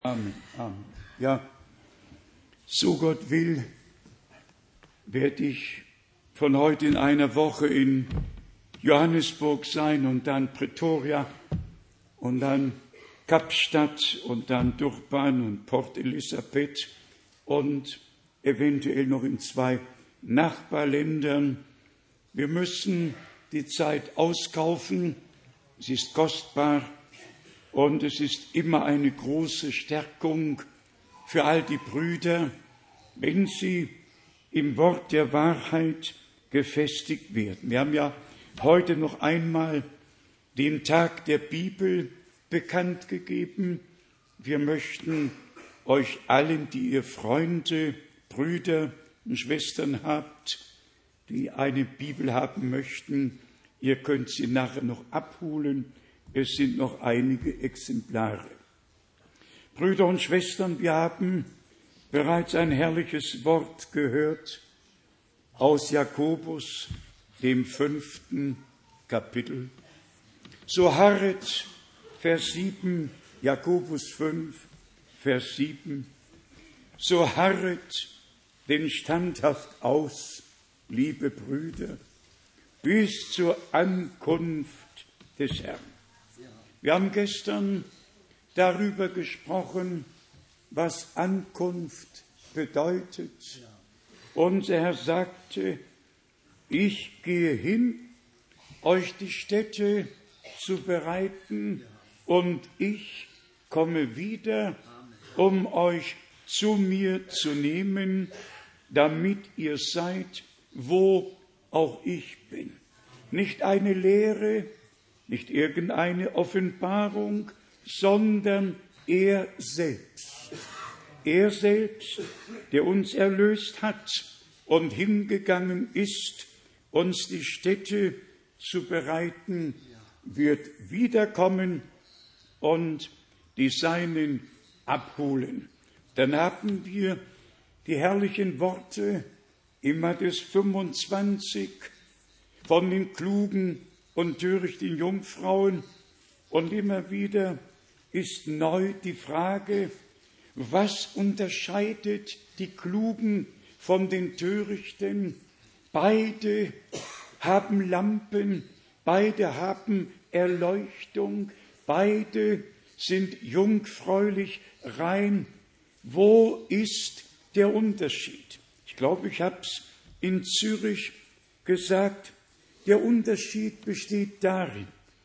Amen, Amen. Ja, so Gott will, werde ich von heute in einer Woche in Johannesburg sein und dann Pretoria und dann Kapstadt und dann Durban und Port Elizabeth und eventuell noch in 2 Nachbarländern. Wir müssen die Zeit auskaufen, es ist kostbar und es ist immer eine große Stärkung für all die Brüder, wenn sie im Wort der Wahrheit gefestigt werden. Wir haben ja heute noch einmal den Tag der Bibel bekannt gegeben. Wir möchten euch allen, die ihr Freunde, Brüder und Schwestern habt, die eine Bibel haben möchten, ihr könnt sie nachher noch abholen. Es sind noch einige Exemplare. Brüder und Schwestern, wir haben bereits ein herrliches Wort gehört aus Jakobus, dem 5. Kapitel. So harret, Vers 7, Jakobus 5, Vers 7, so harret denn standhaft aus, liebe Brüder, bis zur Ankunft des Herrn. Wir haben gestern darüber gesprochen, was Ankunft bedeutet. Unser Herr sagte, ich gehe hin, euch die Stätte zu bereiten, und ich komme wieder, um euch zu mir zu nehmen, damit ihr seid, wo auch ich bin. Nicht eine Lehre, nicht irgendeine Offenbarung, sondern er selbst. Er selbst, der uns erlöst hat und hingegangen ist, uns die Stätte zu bereiten, wird wiederkommen und die Seinen abholen. Dann haben wir die herrlichen Worte in Matthäus 25 von den klugen und törichten Jungfrauen. Und immer wieder ist neu die Frage, was unterscheidet die Klugen von den Törichten? Beide haben Lampen, beide haben Erleuchtung, beide sind jungfräulich rein. Wo ist der Unterschied? Ich glaube, ich habe es in Zürich gesagt, der Unterschied besteht darin,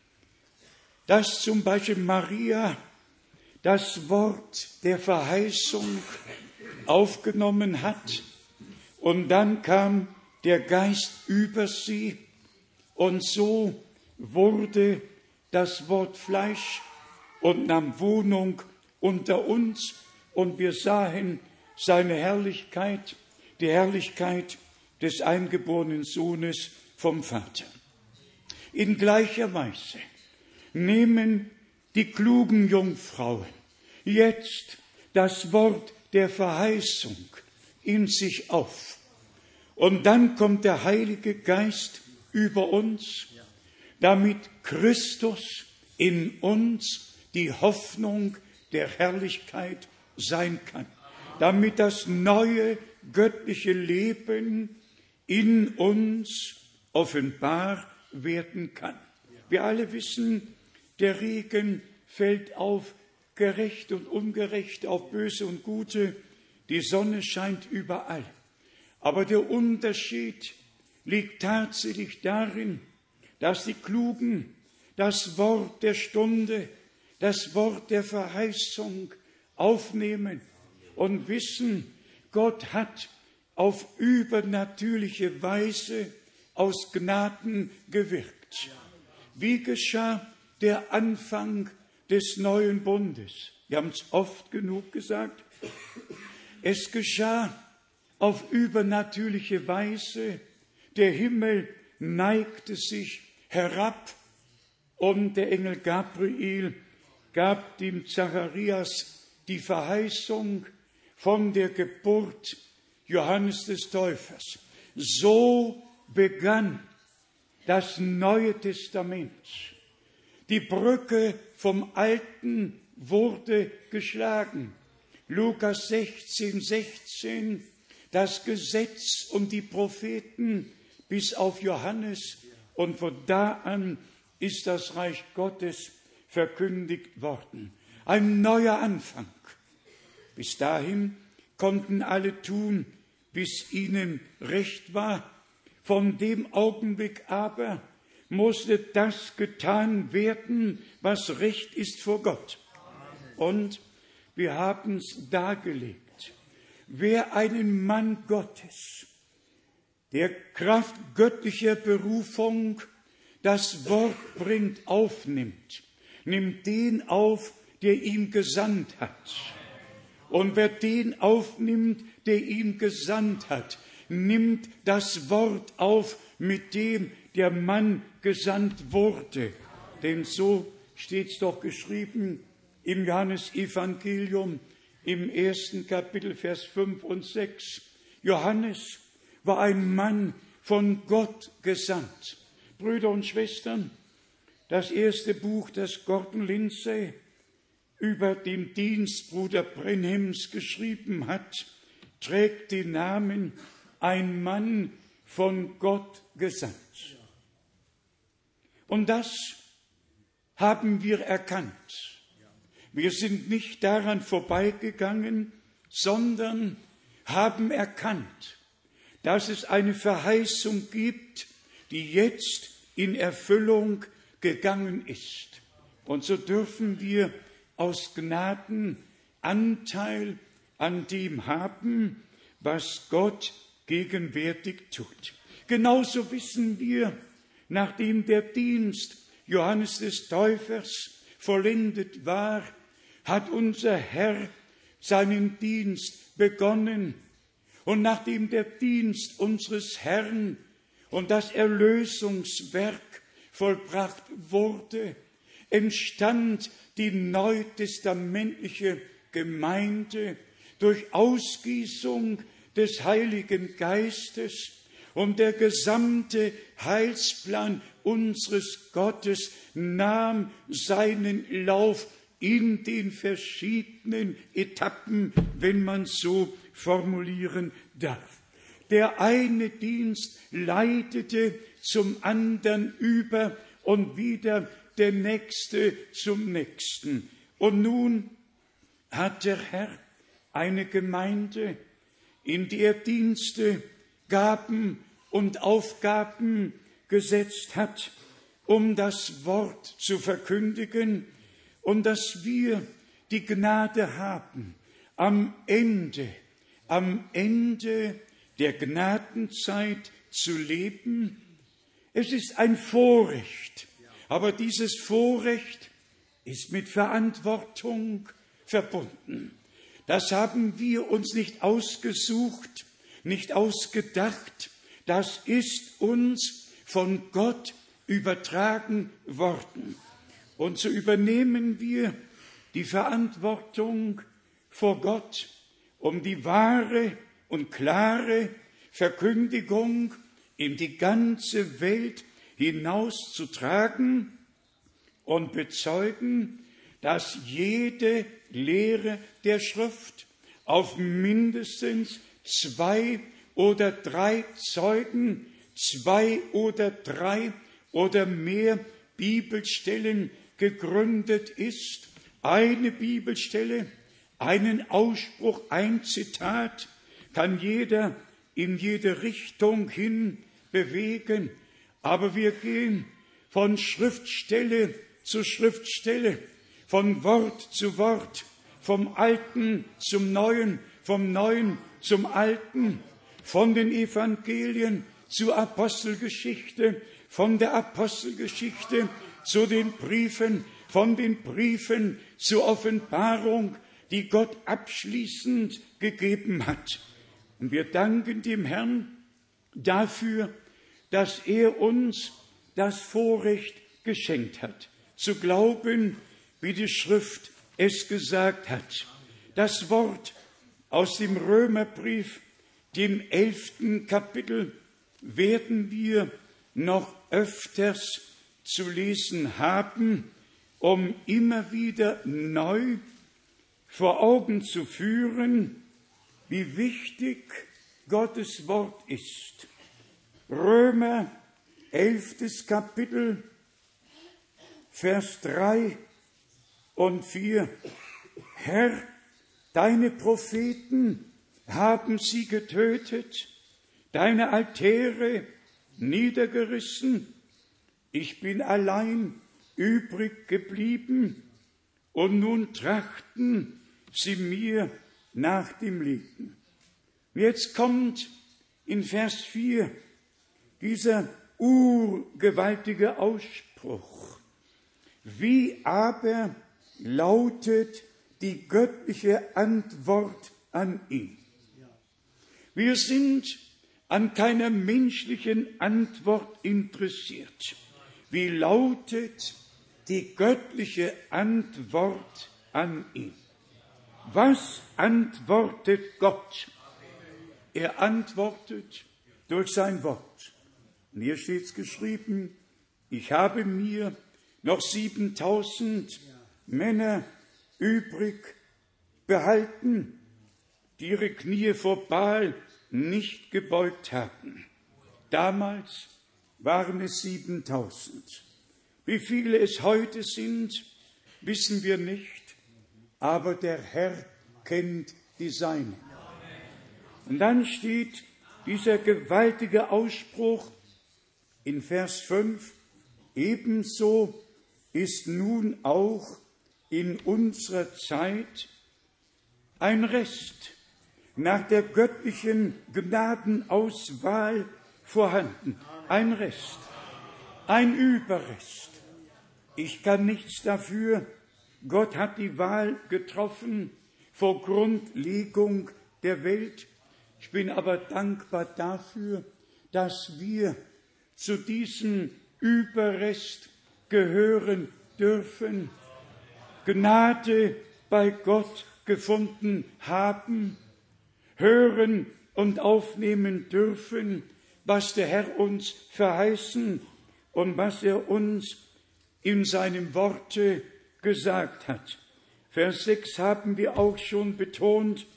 dass zum Beispiel Maria das Wort der Verheißung aufgenommen hat und dann kam der Geist über sie und so wurde das Wort Fleisch und nahm Wohnung unter uns und wir sahen seine Herrlichkeit, die Herrlichkeit des eingeborenen Sohnes vom Vater. In gleicher Weise nehmen die klugen Jungfrauen jetzt das Wort der Verheißung in sich auf. Und dann kommt der Heilige Geist über uns, damit Christus in uns die Hoffnung der Herrlichkeit sein kann, damit das neue göttliche Leben in uns offenbar werden kann. Wir alle wissen, der Regen fällt auf Gerechte und Ungerechte, auf Böse und Gute. Die Sonne scheint überall. Aber der Unterschied liegt tatsächlich darin, dass die Klugen das Wort der Stunde, das Wort der Verheißung aufnehmen und wissen, Gott hat auf übernatürliche Weise aus Gnaden gewirkt. Wie geschah der Anfang des neuen Bundes? Wir haben es oft genug gesagt. Es geschah auf übernatürliche Weise. Der Himmel neigte sich herab und der Engel Gabriel gab dem Zacharias die Verheißung von der Geburt Johannes des Täufers. So begann das Neue Testament. Die Brücke vom Alten wurde geschlagen. Lukas 16:16, das Gesetz und die Propheten bis auf Johannes, und von da an ist das Reich Gottes verkündigt worden. Ein neuer Anfang. Bis dahin konnten alle tun, wie es ihnen recht war. Von dem Augenblick aber musste das getan werden, was recht ist vor Gott. Und wir haben es dargelegt. Wer einen Mann Gottes, der Kraft göttlicher Berufung das Wort bringt, aufnimmt, nimmt den auf, der ihn gesandt hat. Und wer den aufnimmt, der ihn gesandt hat, nimmt das Wort auf, mit dem der Mann gesandt wurde. Denn so steht es doch geschrieben im Johannesevangelium im 1. Kapitel, Vers 5 und 6. Johannes war ein Mann von Gott gesandt. Brüder und Schwestern, das erste Buch, das Gordon Lindsay über den Dienst Bruder Brenhams geschrieben hat, trägt den Namen Ein Mann von Gott gesandt. Und das haben wir erkannt. Wir sind nicht daran vorbeigegangen, sondern haben erkannt, dass es eine Verheißung gibt, die jetzt in Erfüllung gegangen ist. Und so dürfen wir aus Gnaden Anteil an dem haben, was Gott gegenwärtig tut. Genauso wissen wir, nachdem der Dienst Johannes des Täufers vollendet war, hat unser Herr seinen Dienst begonnen. Und nachdem der Dienst unseres Herrn und das Erlösungswerk vollbracht wurde, entstand die neutestamentliche Gemeinde durch Ausgießung des Heiligen Geistes, und der gesamte Heilsplan unseres Gottes nahm seinen Lauf in den verschiedenen Etappen, wenn man so formulieren darf. Der eine Dienst leitete zum anderen über und wieder der nächste zum nächsten. Und nun hat der Herr eine Gemeinde, in die er Dienste, Gaben und Aufgaben gesetzt hat, um das Wort zu verkündigen, und dass wir die Gnade haben, am Ende der Gnadenzeit zu leben. Es ist ein Vorrecht, aber dieses Vorrecht ist mit Verantwortung verbunden. Das haben wir uns nicht ausgesucht, nicht ausgedacht. Das ist uns von Gott übertragen worden. Und so übernehmen wir die Verantwortung vor Gott, um die wahre und klare Verkündigung in die ganze Welt hinauszutragen und bezeugen, dass jede Lehre der Schrift auf mindestens 2 oder 3 Zeugen, 2 oder 3 oder mehr Bibelstellen gegründet ist. Eine Bibelstelle, einen Ausspruch, ein Zitat kann jeder in jede Richtung hin bewegen, aber wir gehen von Schriftstelle zu Schriftstelle, von Wort zu Wort, vom Alten zum Neuen, vom Neuen zum Alten, von den Evangelien zur Apostelgeschichte, von der Apostelgeschichte zu den Briefen, von den Briefen zur Offenbarung, die Gott abschließend gegeben hat. Und wir danken dem Herrn dafür, dass er uns das Vorrecht geschenkt hat, zu glauben, wie die Schrift es gesagt hat. Das Wort aus dem Römerbrief, dem 11. Kapitel, werden wir noch öfters zu lesen haben. um immer wieder neu vor Augen zu führen, wie wichtig Gottes Wort ist. Römer 11. Kapitel, Vers 3 und 4. Herr, deine Propheten haben sie getötet, deine Altäre niedergerissen. Ich bin allein übrig geblieben und nun trachten sie mir nach dem Leben. Jetzt kommt in Vers 4 dieser urgewaltige Ausspruch. Wie aber lautet die göttliche Antwort an ihn? Wir sind an keiner menschlichen Antwort interessiert. Wie lautet die göttliche Antwort an ihn? Was antwortet Gott? Er antwortet durch sein Wort. Und hier steht es geschrieben, ich habe mir noch 7000 Männer übrig behalten, die ihre Knie vor Baal nicht gebeugt haben. Damals waren es 7000. Wie viele es heute sind, wissen wir nicht, aber der Herr kennt die Seinen. Und dann steht dieser gewaltige Ausspruch in Vers 5, ebenso ist nun auch in unserer Zeit ein Rest nach der göttlichen Gnadenauswahl vorhanden. Ein Rest, ein Überrest. Ich kann nichts dafür. Gott hat die Wahl getroffen vor Grundlegung der Welt. Ich bin aber dankbar dafür, dass wir zu diesem Überrest gehören dürfen, Gnade bei Gott gefunden haben, hören und aufnehmen dürfen, was der Herr uns verheißen und was er uns in seinem Worte gesagt hat. Vers 6 haben wir auch schon betont,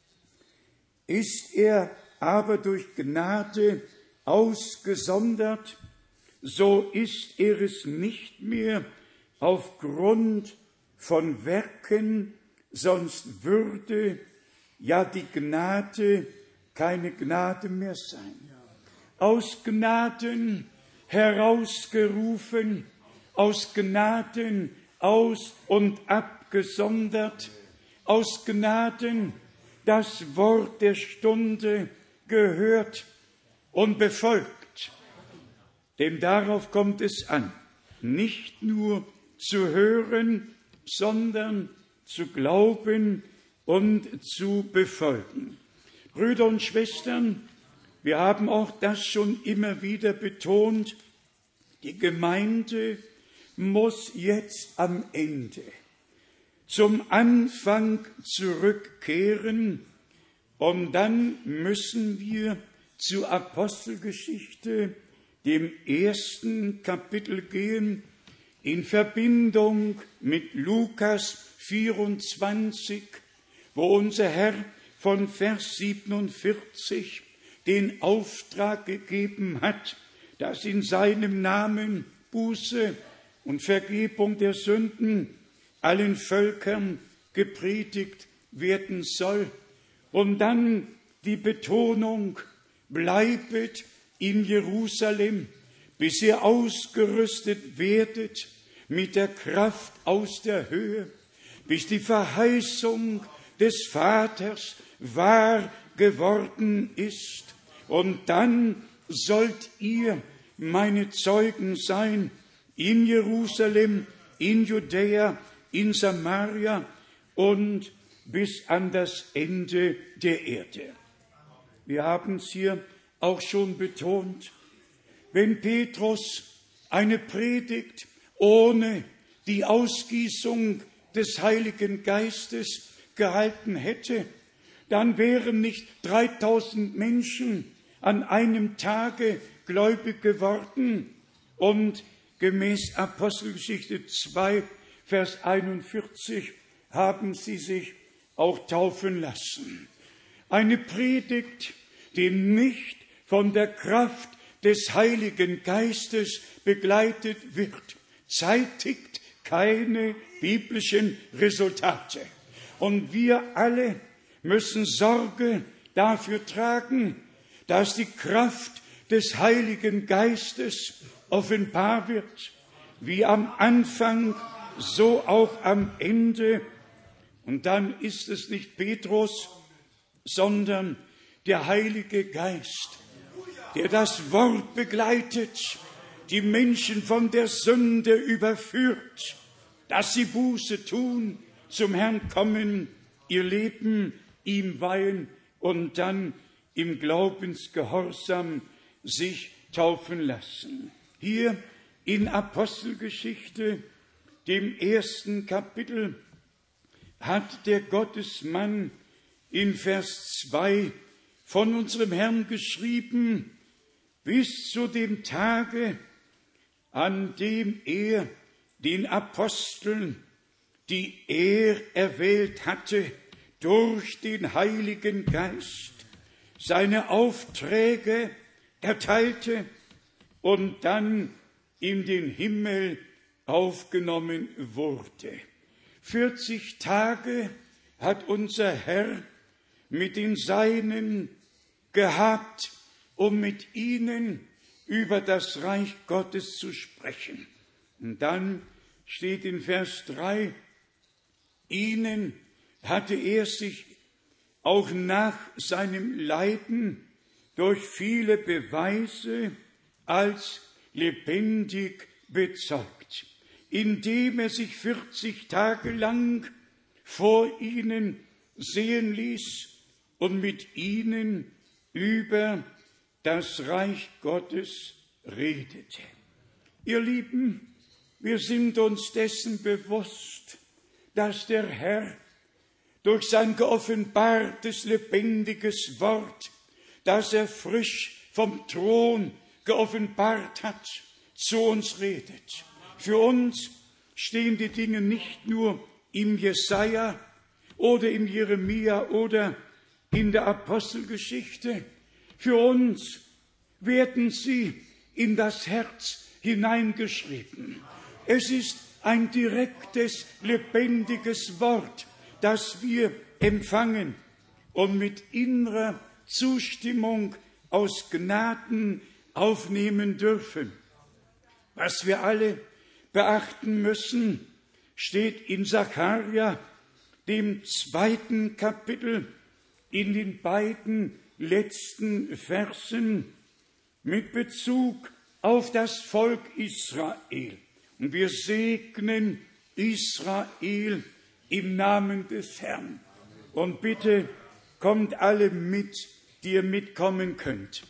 ist er aber durch Gnade ausgesondert, so ist er es nicht mehr aufgrund von Werken, sonst würde ja die Gnade keine Gnade mehr sein. Aus Gnaden herausgerufen, aus Gnaden aus- und abgesondert, aus Gnaden das Wort der Stunde gehört und befolgt. Denn darauf kommt es an, nicht nur zu hören, sondern zu glauben und zu befolgen. Brüder und Schwestern, wir haben auch das schon immer wieder betont, die Gemeinde muss jetzt am Ende zum Anfang zurückkehren und dann müssen wir zur Apostelgeschichte, dem 1. Kapitel gehen, in Verbindung mit Lukas 24, wo unser Herr von Vers 47 den Auftrag gegeben hat, dass in seinem Namen Buße und Vergebung der Sünden allen Völkern gepredigt werden soll. Und dann die Betonung, bleibet in Jerusalem, bis ihr ausgerüstet werdet mit der Kraft aus der Höhe, bis die Verheißung des Vaters wahr geworden ist. Und dann sollt ihr meine Zeugen sein in Jerusalem, in Judäa, in Samaria und bis an das Ende der Erde. Wir haben es hier auch schon betont, wenn Petrus eine Predigt ohne die Ausgießung des Heiligen Geistes gehalten hätte, dann wären nicht 3000 Menschen an einem Tage gläubig geworden und gemäß Apostelgeschichte 2 Vers 41, haben sie sich auch taufen lassen. Eine Predigt, die nicht von der Kraft des Heiligen Geistes begleitet wird, zeitigt keine biblischen Resultate. Und wir alle müssen Sorge dafür tragen, dass die Kraft des Heiligen Geistes offenbar wird, wie am Anfang, so auch am Ende. Und dann ist es nicht Petrus, sondern der Heilige Geist, der das Wort begleitet, die Menschen von der Sünde überführt, dass sie Buße tun, zum Herrn kommen, ihr Leben ihm weihen und dann im Glaubensgehorsam sich taufen lassen. Hier in Apostelgeschichte, dem 1. Kapitel, hat der Gottesmann in Vers 2 von unserem Herrn geschrieben, bis zu dem Tage, an dem er den Aposteln, die er erwählt hatte, durch den Heiligen Geist seine Aufträge erteilte und dann in den Himmel aufgenommen wurde. 40 Tage hat unser Herr mit den Seinen gehabt, um mit ihnen über das Reich Gottes zu sprechen. Und dann steht in Vers 3, ihnen hatte er sich auch nach seinem Leiden durch viele Beweise als lebendig bezeugt, indem er sich 40 Tage lang vor ihnen sehen ließ und mit ihnen über das Reich Gottes redete. Ihr Lieben, wir sind uns dessen bewusst, dass der Herr durch sein geoffenbartes, lebendiges Wort, das er frisch vom Thron geoffenbart hat, zu uns redet. Für uns stehen die Dinge nicht nur im Jesaja oder im Jeremia oder in der Apostelgeschichte. Für uns werden sie in das Herz hineingeschrieben. Es ist ein direktes, lebendiges Wort, das wir empfangen und mit innerer Zustimmung aus Gnaden aufnehmen dürfen. Was wir alle beachten müssen, steht in Sacharja, dem 2. Kapitel, in den beiden letzten Versen mit Bezug auf das Volk Israel. Und wir segnen Israel im Namen des Herrn. Und bitte kommt alle mit, die ihr mitkommen könnt.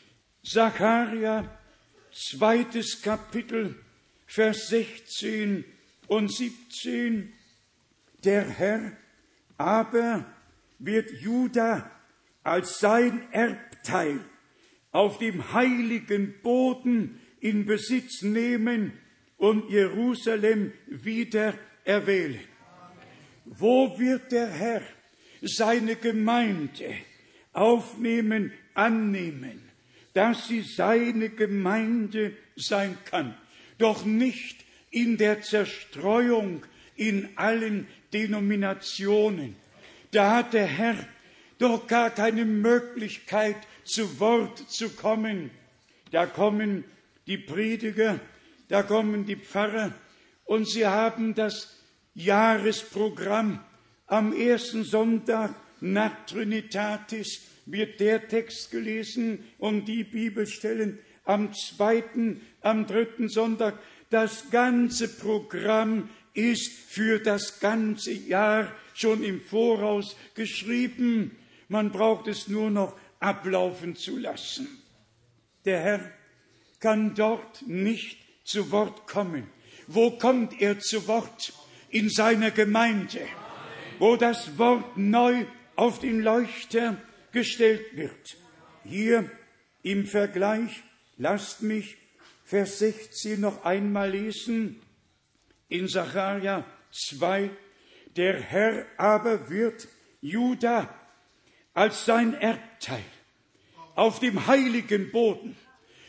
Sacharja, 2. Kapitel, Vers 16 und 17. Der Herr aber wird Juda als sein Erbteil auf dem heiligen Boden in Besitz nehmen und Jerusalem wieder erwählen. Wo wird der Herr seine Gemeinde aufnehmen, annehmen, dass sie seine Gemeinde sein kann? Doch nicht in der Zerstreuung in allen Denominationen. Da hat der Herr doch gar keine Möglichkeit, zu Wort zu kommen. Da kommen die Prediger, da kommen die Pfarrer und sie haben das Jahresprogramm. Am ersten Sonntag nach Trinitatis wird der Text gelesen und die Bibelstellen. Am zweiten, am dritten Sonntag. Das ganze Programm ist für das ganze Jahr schon im Voraus geschrieben. Man braucht es nur noch ablaufen zu lassen. Der Herr kann dort nicht zu Wort kommen. Wo kommt er zu Wort? In seiner Gemeinde, wo das Wort neu auf den Leuchter gestellt wird. Hier im Vergleich, lasst mich Vers 16 noch einmal lesen. in Sacharja 2, der Herr aber wird Juda als sein Erbteil auf dem heiligen Boden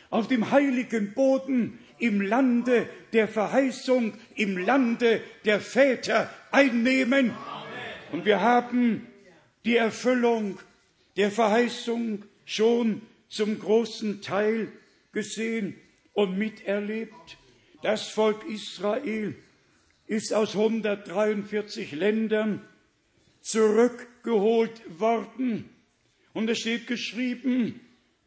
im Lande der Verheißung, im Lande der Väter einnehmen. Und wir haben die Erfüllung der Verheißung schon zum großen Teil gesehen und miterlebt. Das Volk Israel ist aus 143 Ländern zurückgeholt worden. Und es steht geschrieben,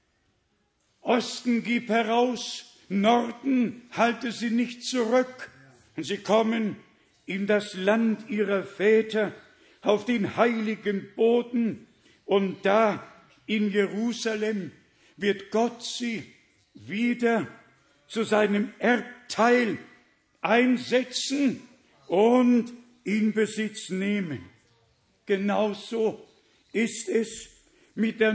Osten gib heraus, Norden halte sie nicht zurück. Und sie kommen in das Land ihrer Väter, auf den heiligen Boden. Und da in Jerusalem wird Gott sie wieder zu seinem Erbteil einsetzen und in Besitz nehmen. Genauso ist es mit der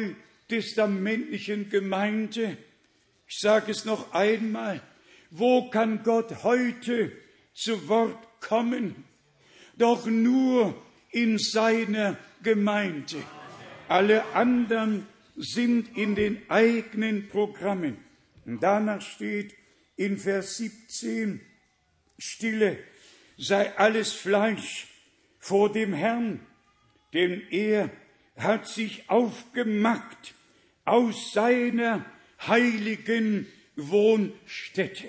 neutestamentlichen Gemeinde. Ich sage es noch einmal, wo kann Gott heute zu Wort kommen? Doch nur in seiner Gemeinde. Alle anderen sind in den eigenen Programmen. Und danach steht in Vers 17, Stille sei alles Fleisch vor dem Herrn, denn er hat sich aufgemacht aus seiner heiligen Wohnstätte.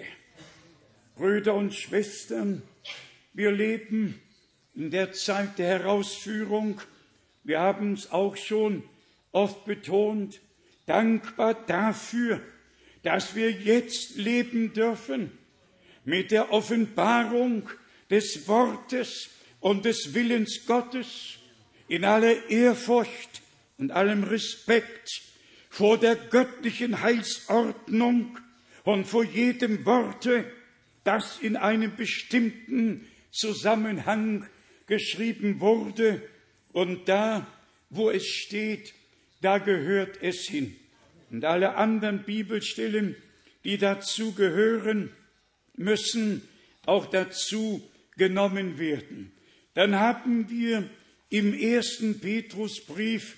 Brüder und Schwestern, wir leben in der Zeit der Herausführung. Wir haben es auch schon oft betont, dankbar dafür, dass wir jetzt leben dürfen mit der Offenbarung des Wortes und des Willens Gottes in aller Ehrfurcht und allem Respekt vor der göttlichen Heilsordnung und vor jedem Worte, das in einem bestimmten Zusammenhang geschrieben wurde. Und da, wo es steht, da gehört es hin. Und alle anderen Bibelstellen, die dazu gehören, müssen auch dazu genommen werden. Dann haben wir im 1. Petrusbrief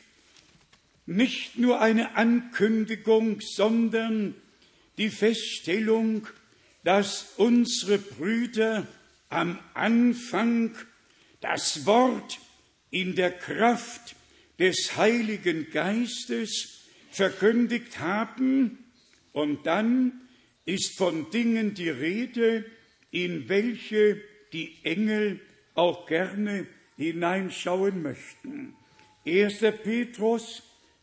nicht nur eine Ankündigung, sondern die Feststellung, dass unsere Brüder am Anfang das Wort in der Kraft des Heiligen Geistes verkündigt haben, und dann ist von Dingen die Rede, in welche die Engel auch gerne hineinschauen möchten. 1. Petrus,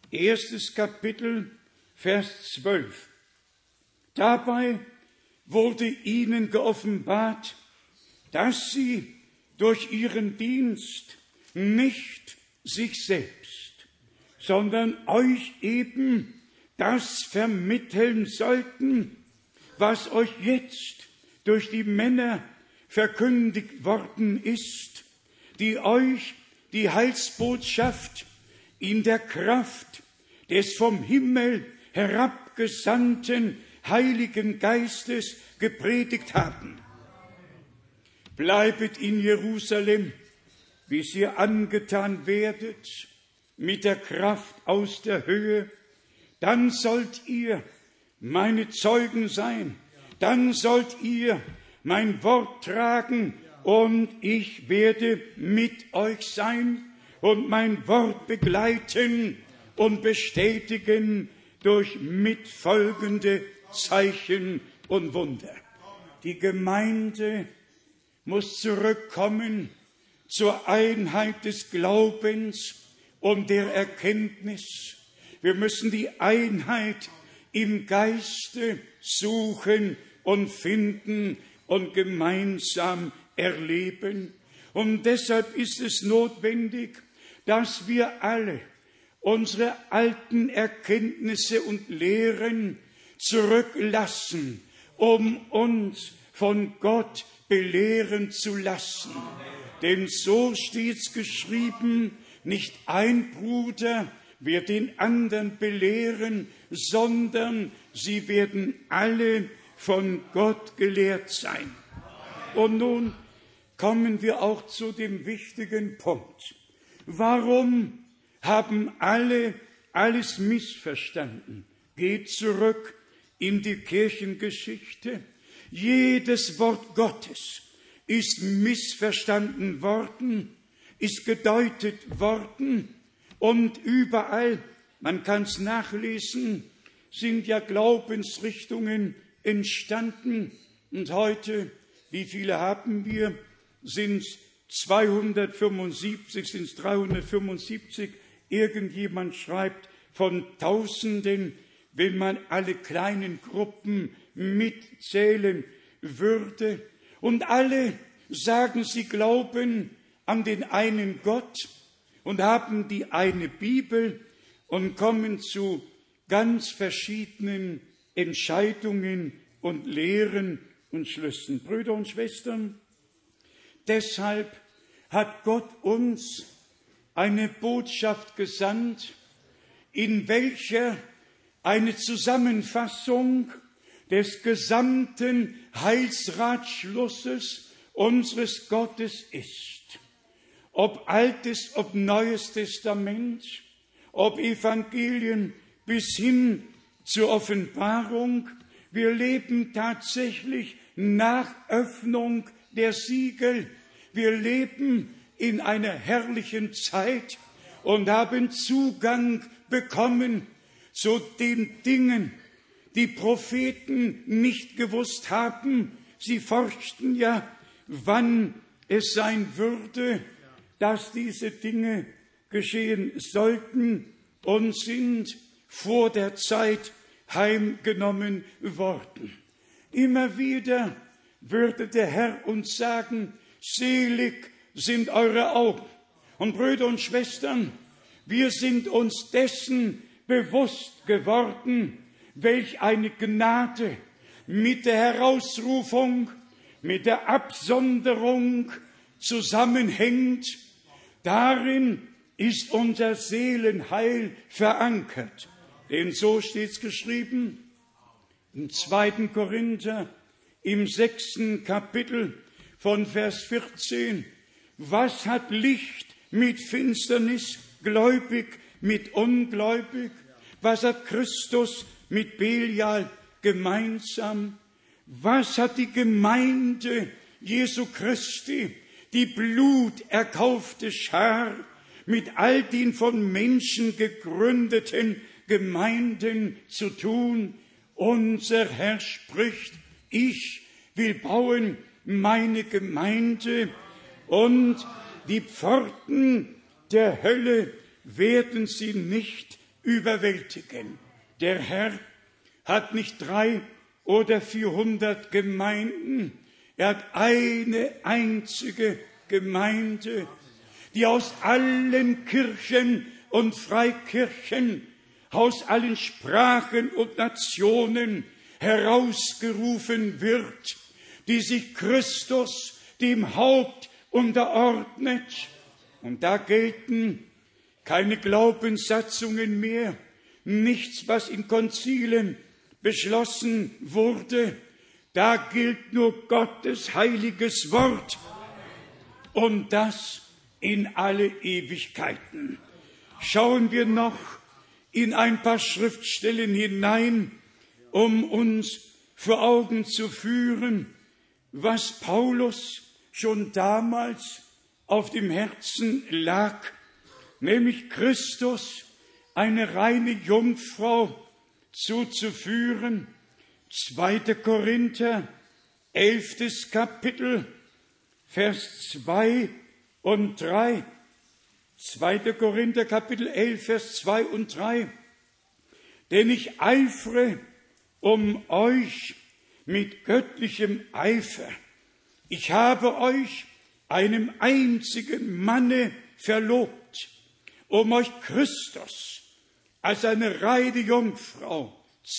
1. Kapitel, Vers 12. Dabei wurde ihnen geoffenbart, dass sie durch ihren Dienst nicht sich selbst, sondern euch eben das vermitteln sollten, was euch jetzt durch die Männer verkündigt worden ist, die euch die Heilsbotschaft in der Kraft des vom Himmel herabgesandten Heiligen Geistes gepredigt haben. Bleibet in Jerusalem, bis ihr angetan werdet mit der Kraft aus der Höhe, dann sollt ihr meine Zeugen sein, dann sollt ihr mein Wort tragen und ich werde mit euch sein und mein Wort begleiten und bestätigen durch mitfolgende Zeichen und Wunder. Die Gemeinde muss zurückkommen zur Einheit des Glaubens und der Erkenntnis. Wir müssen die Einheit im Geiste suchen und finden und gemeinsam erleben. Und deshalb ist es notwendig, dass wir alle unsere alten Erkenntnisse und Lehren zurücklassen, um uns von Gott belehren zu lassen. Denn so steht's geschrieben, nicht ein Bruder wird den anderen belehren, sondern sie werden alle von Gott gelehrt sein. Und nun kommen wir auch zu dem wichtigen Punkt. Warum haben alle alles missverstanden? Geht zurück in die Kirchengeschichte. Jedes Wort Gottes ist missverstanden worden, ist gedeutet worden und überall, man kann es nachlesen, sind ja Glaubensrichtungen entstanden. Und heute, wie viele haben wir, sind es 275, sind es 375. Irgendjemand schreibt von Tausenden, wenn man alle kleinen Gruppen mitzählen würde. Und alle sagen, sie glauben an den einen Gott und haben die eine Bibel und kommen zu ganz verschiedenen Entscheidungen und Lehren und Schlüssen. Brüder und Schwestern, deshalb hat Gott uns eine Botschaft gesandt, in welcher eine Zusammenfassung des gesamten Heilsratschlusses unseres Gottes ist. Ob Altes, ob Neues Testament, ob Evangelien bis hin zur Offenbarung, wir leben tatsächlich nach Öffnung der Siegel. Wir leben in einer herrlichen Zeit und haben Zugang bekommen zu den Dingen, die Propheten nicht gewusst haben. Sie forschten ja, wann es sein würde, dass diese Dinge geschehen sollten und sind vor der Zeit heimgenommen worden. Immer wieder würde der Herr uns sagen, selig sind eure Augen. Und Brüder und Schwestern, wir sind uns dessen bewusst geworden, welch eine Gnade mit der Herausrufung, mit der Absonderung zusammenhängt. Darin ist unser Seelenheil verankert. Denn so steht's geschrieben im 2. Korinther, im 6. Kapitel von Vers 14. Was hat Licht mit Finsternis, gläubig mit ungläubig? Was hat Christus mit Belial gemeinsam? Was hat die Gemeinde Jesu Christi, die bluterkaufte Schar, mit all den von Menschen gegründeten Gemeinden zu tun? Unser Herr spricht, ich will bauen meine Gemeinde und die Pforten der Hölle werden sie nicht überwältigen. Der Herr hat nicht 300 oder 400 Gemeinden. Er hat eine einzige Gemeinde, die aus allen Kirchen und Freikirchen, aus allen Sprachen und Nationen herausgerufen wird, die sich Christus, dem Haupt, unterordnet. Und da gelten keine Glaubenssatzungen mehr, nichts, was in Konzilen beschlossen wurde. Da gilt nur Gottes heiliges Wort und das in alle Ewigkeiten. Schauen wir noch in ein paar Schriftstellen hinein, um uns vor Augen zu führen, was Paulus schon damals auf dem Herzen lag, nämlich Christus, eine reine Jungfrau, zuzuführen. 2. Korinther, 11. Kapitel, Vers 2 und 3. 2. Korinther, Kapitel 11, Vers 2 und 3. Denn ich eifere um euch mit göttlichem Eifer. Ich habe euch einem einzigen Manne verlobt, um euch Christus als eine reine Jungfrau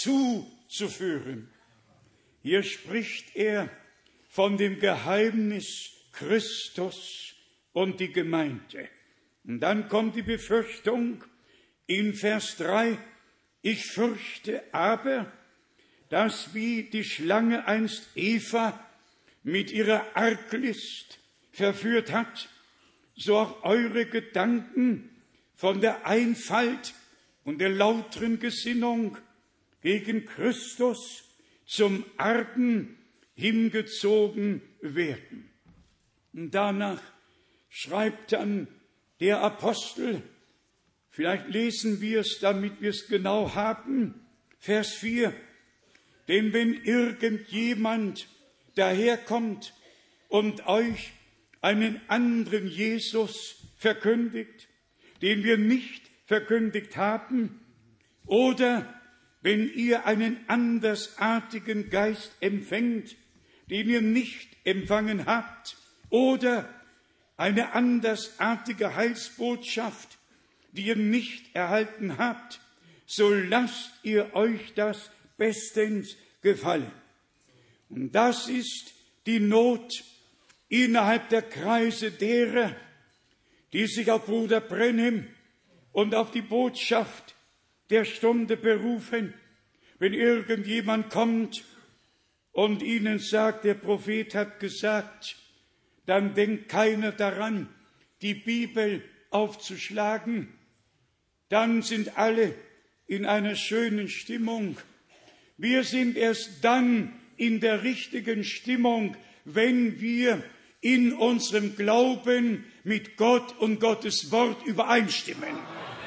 zuzuführen. Hier spricht er von dem Geheimnis Christus und die Gemeinde. Und dann kommt die Befürchtung in Vers 3, ich fürchte aber, dass wie die Schlange einst Eva mit ihrer Arglist verführt hat, so auch eure Gedanken von der Einfalt und der lauteren Gesinnung gegen Christus zum Argen hingezogen werden. Und danach schreibt dann der Apostel, vielleicht lesen wir es, damit wir es genau haben, Vers 4, denn wenn irgendjemand daherkommt und euch einen anderen Jesus verkündigt, den wir nicht verkündigt haben, oder wenn ihr einen andersartigen Geist empfängt, den ihr nicht empfangen habt, oder eine andersartige Heilsbotschaft, die ihr nicht erhalten habt, so lasst ihr euch das bestens gefallen. Und das ist die Not innerhalb der Kreise derer, die sich auf Bruder Branham und auf die Botschaft der Stunde berufen. Wenn irgendjemand kommt und ihnen sagt, der Prophet hat gesagt, dann denkt keiner daran, die Bibel aufzuschlagen. Dann sind alle in einer schönen Stimmung. Wir sind erst dann in der richtigen Stimmung, wenn wir in unserem Glauben mit Gott und Gottes Wort übereinstimmen.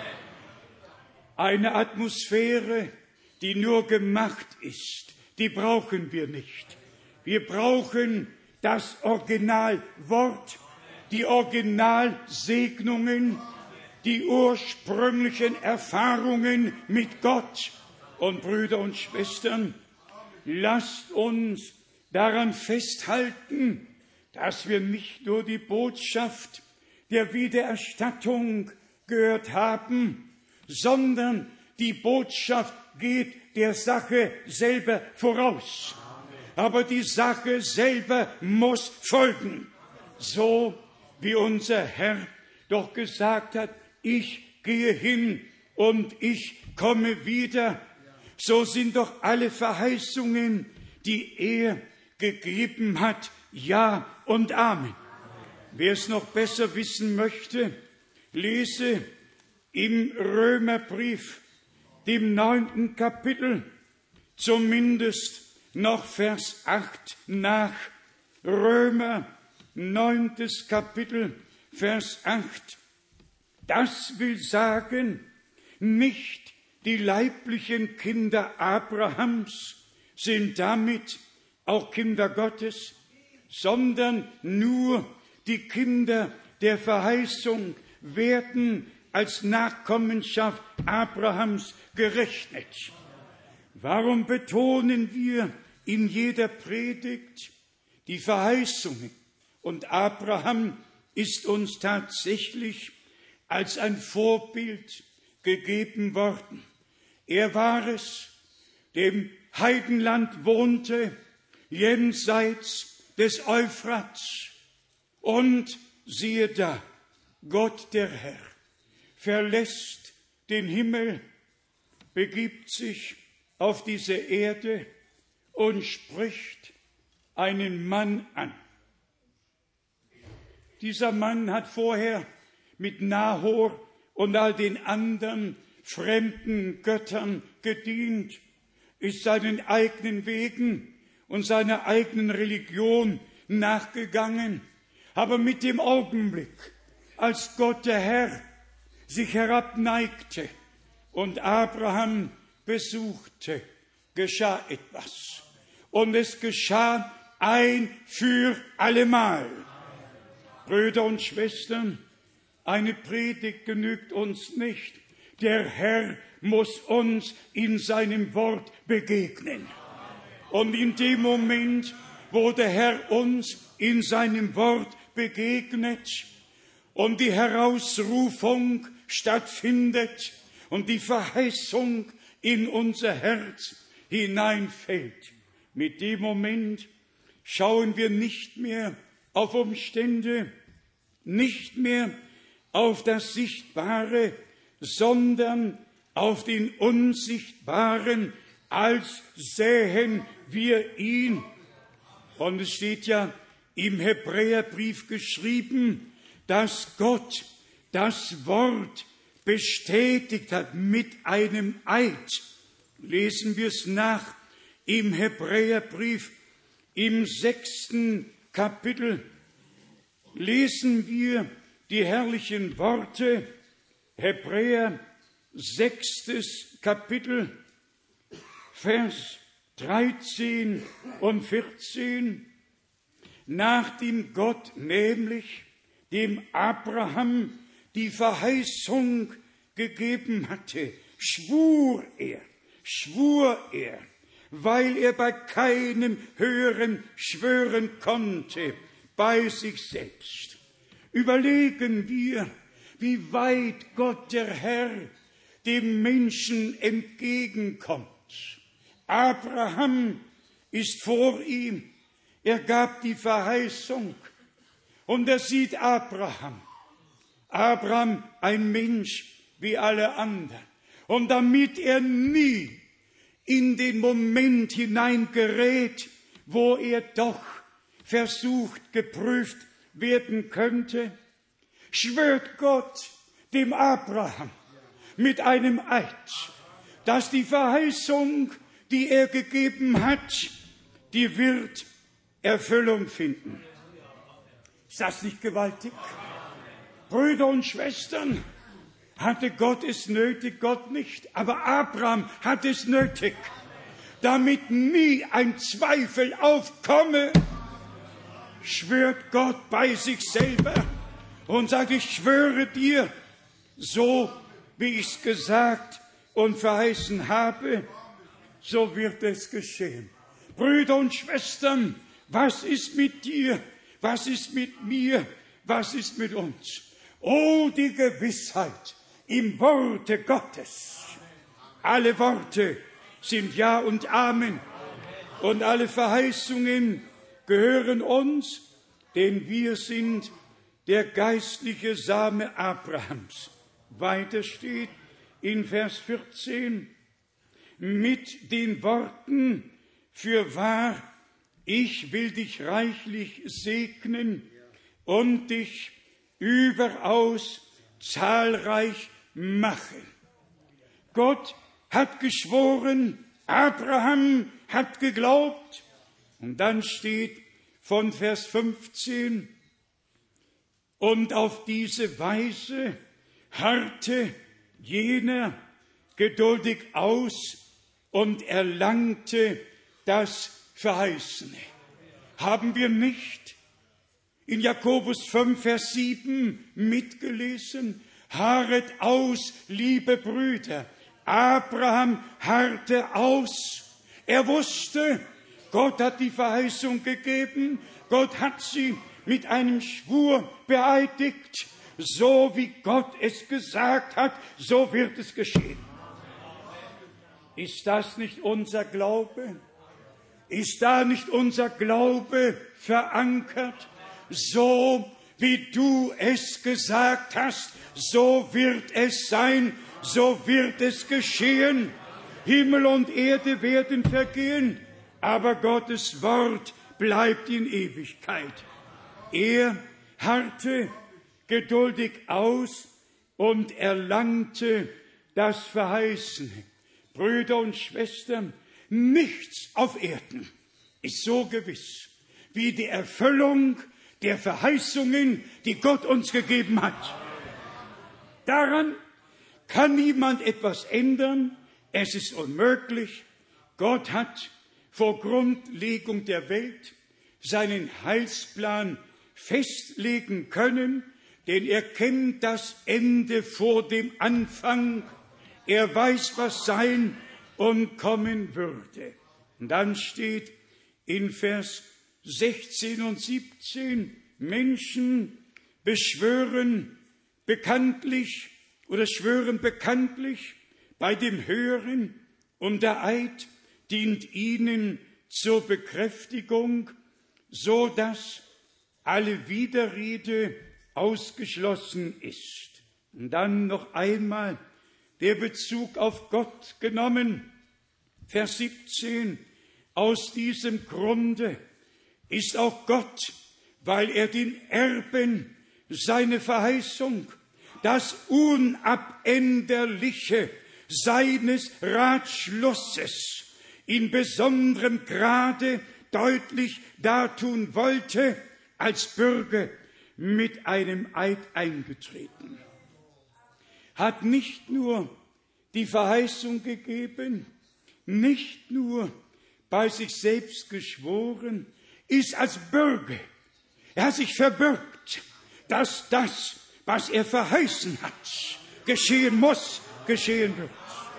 Eine Atmosphäre, die nur gemacht ist, die brauchen wir nicht. Wir brauchen das Originalwort, die Originalsegnungen, die ursprünglichen Erfahrungen mit Gott. Und Brüder und Schwestern, lasst uns daran festhalten, dass wir nicht nur die Botschaft der Wiedererstattung gehört haben, sondern die Botschaft geht der Sache selber voraus. Aber die Sache selber muss folgen. So wie unser Herr doch gesagt hat, ich gehe hin und ich komme wieder. So sind doch alle Verheißungen, die er gegeben hat, Ja und Amen. Wer es noch besser wissen möchte, lese im Römerbrief, dem 9. Kapitel, zumindest noch Vers 8 nach. Römer, 9. Kapitel, Vers 8. Das will sagen, nicht die leiblichen Kinder Abrahams sind damit auch Kinder Gottes, sondern nur die Kinder der Verheißung werden als Nachkommenschaft Abrahams gerechnet. Warum betonen wir in jeder Predigt die Verheißungen? Und Abraham ist uns tatsächlich als ein Vorbild gegeben worden. Er war es, der im Heidenland wohnte, jenseits des Euphrats. Und siehe da, Gott der Herr verlässt den Himmel, begibt sich auf diese Erde und spricht einen Mann an. Dieser Mann hat vorher mit Nahor und all den anderen fremden Göttern gedient, ist seinen eigenen Wegen und seiner eigenen Religion nachgegangen. Aber mit dem Augenblick, als Gott der Herr sich herabneigte und Abraham besuchte, geschah etwas. Und es geschah ein für allemal. Brüder und Schwestern, eine Predigt genügt uns nicht. Der Herr muss uns in seinem Wort begegnen. Und in dem Moment, wo der Herr uns in seinem Wort begegnet und die Herausrufung stattfindet und die Verheißung in unser Herz hineinfällt, mit dem Moment schauen wir nicht mehr auf Umstände, nicht mehr auf das Sichtbare, sondern auf den Unsichtbaren, als sähen wir ihn. Und es steht ja im Hebräerbrief geschrieben, dass Gott das Wort bestätigt hat mit einem Eid. Lesen wir es nach im Hebräerbrief, im 6. Kapitel, lesen wir die herrlichen Worte, Hebräer 6. Kapitel, Vers 13 und 14. Nachdem Gott nämlich dem Abraham die Verheißung gegeben hatte, schwur er, weil er bei keinem Höheren schwören konnte, bei sich selbst. Überlegen wir, wie weit Gott der Herr dem Menschen entgegenkommt. Abraham ist vor ihm, er gab die Verheißung und er sieht Abraham, ein Mensch wie alle anderen. Und damit er nie in den Moment hineingerät, wo er doch versucht, geprüft werden könnte, schwört Gott dem Abraham mit einem Eid, dass die Verheißung, die er gegeben hat, die wird Erfüllung finden. Ist das nicht gewaltig? Brüder und Schwestern, hatte Gott es nötig? Gott nicht. Aber Abraham hat es nötig, damit nie ein Zweifel aufkomme, schwört Gott bei sich selber und sagt, ich schwöre dir, so wie ich es gesagt und verheißen habe, so wird es geschehen. Brüder und Schwestern, was ist mit dir? Was ist mit mir? Was ist mit uns? Oh, die Gewissheit im Worte Gottes. Alle Worte sind Ja und Amen. Und alle Verheißungen gehören uns, denn wir sind der geistliche Same Abrahams. Weiter steht in Vers 14, mit den Worten, fürwahr, ich will dich reichlich segnen und dich überaus zahlreich machen. Gott hat geschworen, Abraham hat geglaubt. Und dann steht von Vers 15, und auf diese Weise harrte jener geduldig aus und erlangte das Verheißene. Haben wir nicht in Jakobus 5, Vers 7 mitgelesen? Harret aus, liebe Brüder. Abraham harrte aus. Er wusste, Gott hat die Verheißung gegeben. Gott hat sie mit einem Schwur beeidigt. So wie Gott es gesagt hat, so wird es geschehen. Ist das nicht unser Glaube? Ist da nicht unser Glaube verankert? So wie du es gesagt hast, so wird es sein, so wird es geschehen. Himmel und Erde werden vergehen, aber Gottes Wort bleibt in Ewigkeit. Er harrte geduldig aus und erlangte das Verheißene. Brüder und Schwestern, nichts auf Erden ist so gewiss wie die Erfüllung der Verheißungen, die Gott uns gegeben hat. Daran kann niemand etwas ändern. Es ist unmöglich. Gott hat vor Grundlegung der Welt seinen Heilsplan festlegen können, denn er kennt das Ende vor dem Anfang. Er weiß, was sein und kommen würde. Und dann steht in Vers 16 und 17, Menschen schwören bekanntlich bei dem Höheren, und der Eid dient ihnen zur Bekräftigung, so dass alle Widerrede ausgeschlossen ist. Und dann noch einmal der Bezug auf Gott genommen, Vers 17, aus diesem Grunde ist auch Gott, weil er den Erben seine Verheißung, das Unabänderliche seines Ratschlusses in besonderem Grade deutlich dartun wollte, als Bürger mit einem Eid eingetreten. Hat nicht nur die Verheißung gegeben, nicht nur bei sich selbst geschworen, ist als Bürger, er hat sich verbürgt, dass das, was er verheißen hat, geschehen muss, geschehen wird.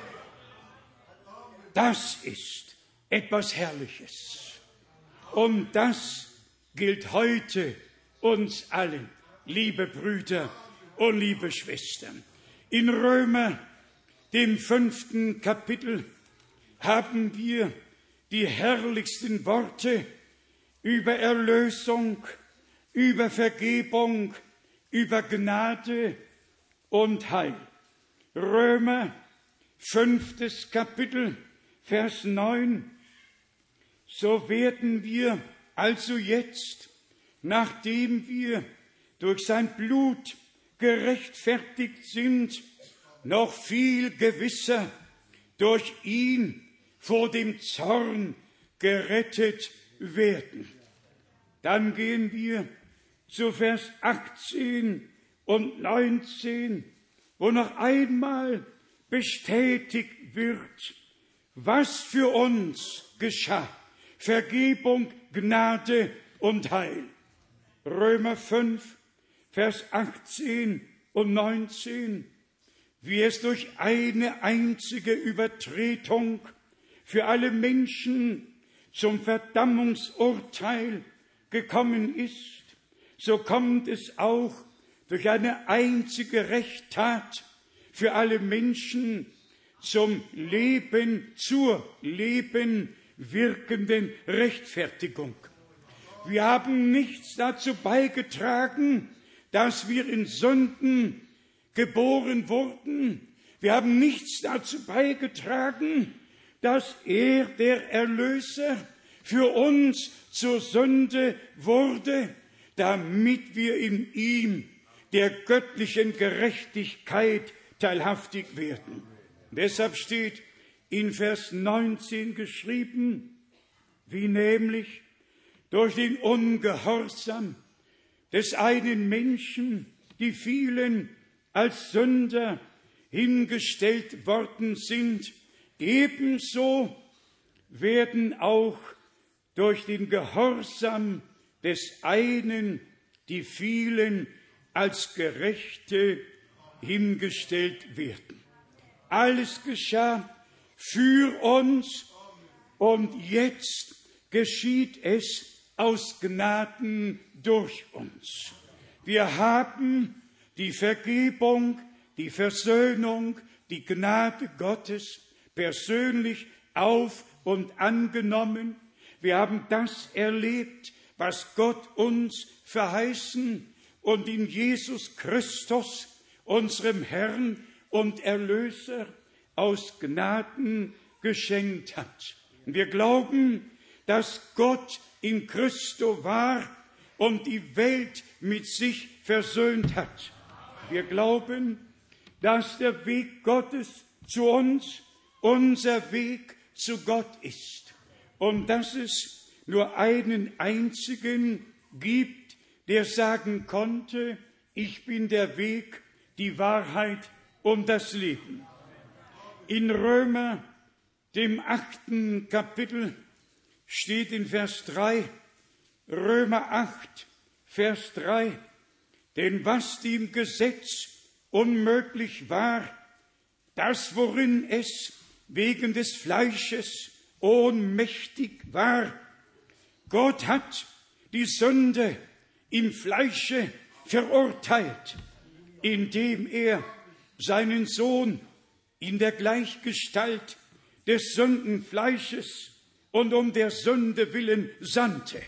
Das ist etwas Herrliches. Und das gilt heute uns allen, liebe Brüder und liebe Schwestern. In Römer, dem 5. Kapitel, haben wir die herrlichsten Worte über Erlösung, über Vergebung, über Gnade und Heil. Römer, 5. Kapitel, Vers 9. So werden wir also jetzt, nachdem wir durch sein Blut gerechtfertigt sind, noch viel gewisser durch ihn vor dem Zorn gerettet werden. Dann gehen wir zu Vers 18 und 19, wo noch einmal bestätigt wird, was für uns geschah. Vergebung, Gnade und Heil. Römer 5, Vers 18 und 19. Wie es durch eine einzige Übertretung für alle Menschen zum Verdammungsurteil gekommen ist, so kommt es auch durch eine einzige Rechttat für alle Menschen zum Leben, zur Leben wirkenden Rechtfertigung. Wir haben nichts dazu beigetragen, dass wir in Sünden geboren wurden. Wir haben nichts dazu beigetragen, dass er, der Erlöser, für uns zur Sünde wurde, damit wir in ihm der göttlichen Gerechtigkeit teilhaftig werden. Deshalb steht in Vers 19 geschrieben, wie nämlich durch den Ungehorsam des einen Menschen die vielen als Sünder hingestellt worden sind, ebenso werden auch durch den Gehorsam des einen die vielen als Gerechte hingestellt werden. Alles geschah für uns und jetzt geschieht es aus Gnaden durch uns. Wir haben die Vergebung, die Versöhnung, die Gnade Gottes persönlich auf und angenommen. Wir haben das erlebt, was Gott uns verheißen und in Jesus Christus, unserem Herrn und Erlöser, aus Gnaden geschenkt hat. Wir glauben, dass Gott in Christo war und die Welt mit sich versöhnt hat. Wir glauben, dass der Weg Gottes zu uns unser Weg zu Gott ist und dass es nur einen einzigen gibt, der sagen konnte, ich bin der Weg, die Wahrheit und das Leben. In Römer, dem 8. Kapitel, steht in Vers 3, Römer 8, Vers 3, denn was dem Gesetz unmöglich war, das, worin es wegen des Fleisches ohnmächtig war, Gott hat die Sünde im Fleische verurteilt, indem er seinen Sohn in der Gleichgestalt des Sündenfleisches und um der Sünde willen sandte.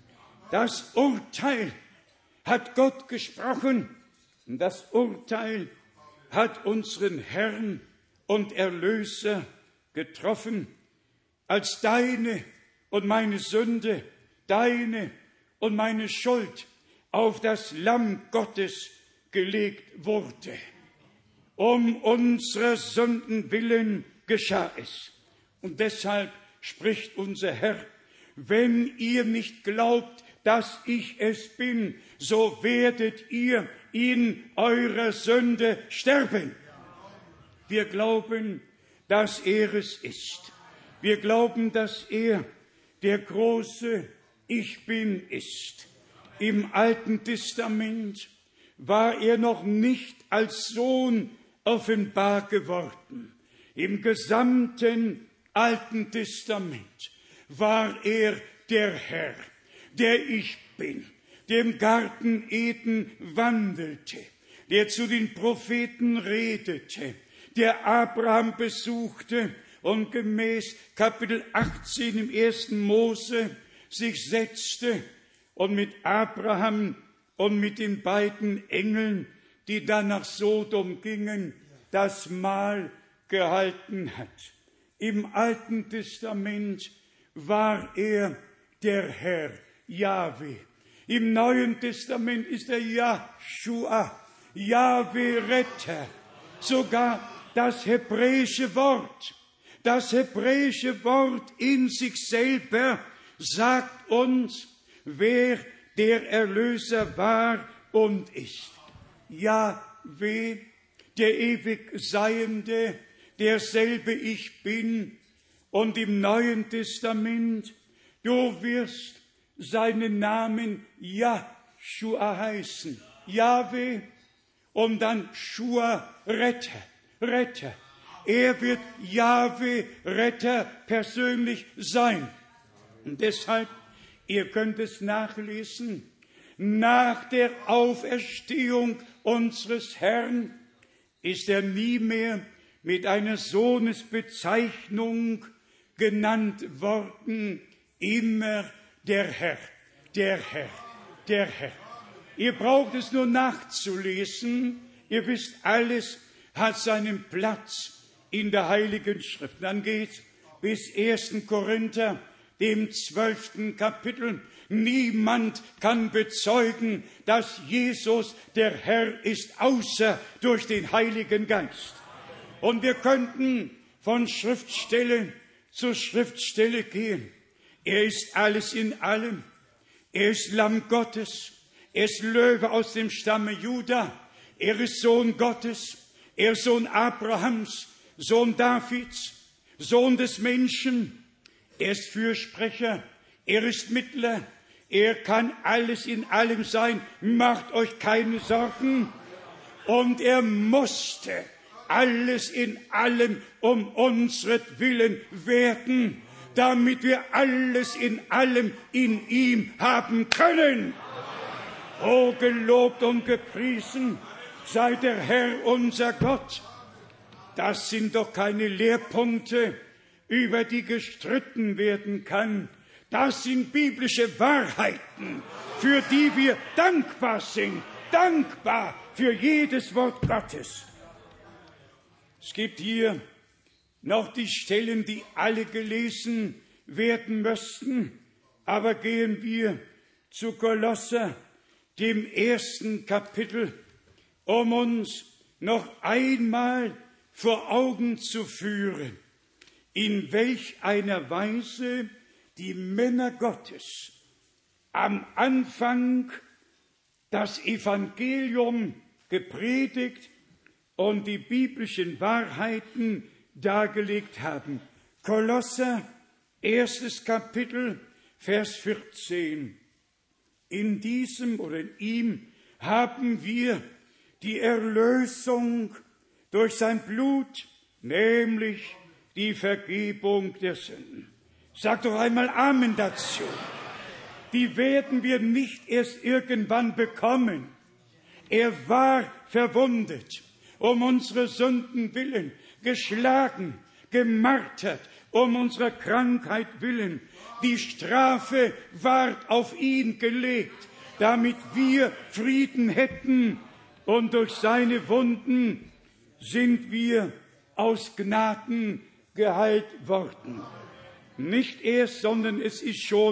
Das Urteil hat Gott gesprochen und das Urteil hat unseren Herrn und Erlöser getroffen, als deine und meine Sünde deine und meine Schuld auf das Lamm Gottes gelegt wurde. Um unserer Sünden willen geschah es. Und deshalb spricht unser Herr: Wenn ihr nicht glaubt, dass ich es bin, so werdet ihr in eurer Sünde sterben. Wir glauben, dass er es ist. Wir glauben, dass er der große Ich Bin ist. Im Alten Testament war er noch nicht als Sohn offenbar geworden. Im gesamten Alten Testament war er der Herr, der Ich Bin, der im Garten Eden wandelte, der zu den Propheten redete, der Abraham besuchte und gemäß Kapitel 18 im 1. Mose sich setzte und mit Abraham und mit den beiden Engeln, die dann nach Sodom gingen, das Mahl gehalten hat. Im Alten Testament war er der Herr, Jahwe. Im Neuen Testament ist er Jahshua, Jahwe Retter. Sogar das hebräische Wort in sich selber sagt uns, wer der Erlöser war und ist. Jahwe, der ewig Seiende, derselbe Ich Bin. Und im Neuen Testament, du wirst seinen Namen Jahshua heißen. Jahwe und dann Shua, Retter. Er wird Jahwe, Retter, persönlich sein. Und deshalb, ihr könnt es nachlesen, nach der Auferstehung unseres Herrn ist er nie mehr mit einer Sohnesbezeichnung genannt worden, immer der Herr, der Herr, der Herr. Ihr braucht es nur nachzulesen, ihr wisst, alles hat seinen Platz in der Heiligen Schrift. Dann geht's bis 1. Korinther, dem 12. Kapitel. Niemand kann bezeugen, dass Jesus der Herr ist, außer durch den Heiligen Geist. Und wir könnten von Schriftstelle zu Schriftstelle gehen. Er ist alles in allem. Er ist Lamm Gottes. Er ist Löwe aus dem Stamme Juda. Er ist Sohn Gottes. Er ist Sohn Abrahams, Sohn Davids, Sohn des Menschen. Er ist Fürsprecher. Er ist Mittler. Er kann alles in allem sein. Macht euch keine Sorgen. Und er musste alles in allem um unsretwillen werden, damit wir alles in allem in ihm haben können. O gelobt und gepriesen sei der Herr unser Gott. Das sind doch keine Lehrpunkte, über die gestritten werden kann. Das sind biblische Wahrheiten, für die wir dankbar sind, dankbar für jedes Wort Gottes. Es gibt hier noch die Stellen, die alle gelesen werden müssten, aber gehen wir zu Kolosser, dem 1. Kapitel, um uns noch einmal vor Augen zu führen, in welch einer Weise die Männer Gottes am Anfang das Evangelium gepredigt und die biblischen Wahrheiten dargelegt haben. Kolosser, 1. Kapitel, Vers 14. In diesem oder in ihm haben wir die Erlösung durch sein Blut, nämlich die Vergebung der Sünden. Sag doch einmal Amen dazu. Die werden wir nicht erst irgendwann bekommen. Er war verwundet, um unsere Sünden willen, geschlagen, gemartert, um unserer Krankheit willen. Die Strafe ward auf ihn gelegt, damit wir Frieden hätten. Und durch seine Wunden sind wir aus Gnaden geheilt worden. Nicht erst, sondern es ist schon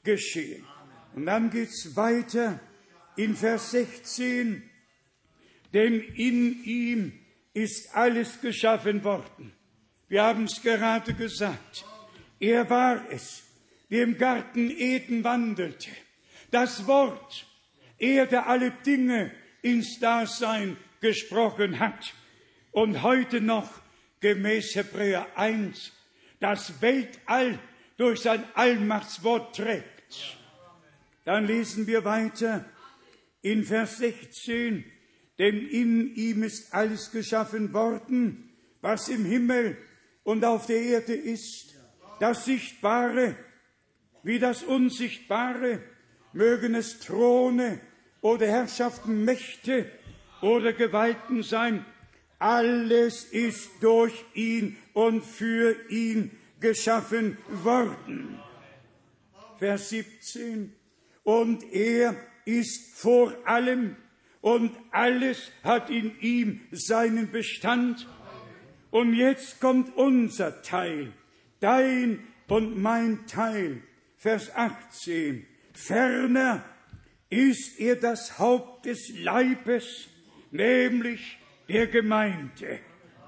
geschehen. Und dann geht's weiter in Vers 16. Denn in ihm ist alles geschaffen worden. Wir haben es gerade gesagt. Er war es, der im Garten Eden wandelte. Das Wort, er, der alle Dinge ins Dasein gesprochen hat. Und heute noch, gemäß Hebräer 1, das Weltall durch sein Allmachtswort trägt. Dann lesen wir weiter in Vers 16. Denn in ihm ist alles geschaffen worden, was im Himmel und auf der Erde ist, das Sichtbare wie das Unsichtbare, mögen es Throne oder Herrschaften, Mächte oder Gewalten sein. Alles ist durch ihn und für ihn geschaffen worden. Vers 17. Und er ist vor allem, und alles hat in ihm seinen Bestand. Und jetzt kommt unser Teil, dein und mein Teil. Vers 18. Ferner ist er das Haupt des Leibes, nämlich der Gemeinde.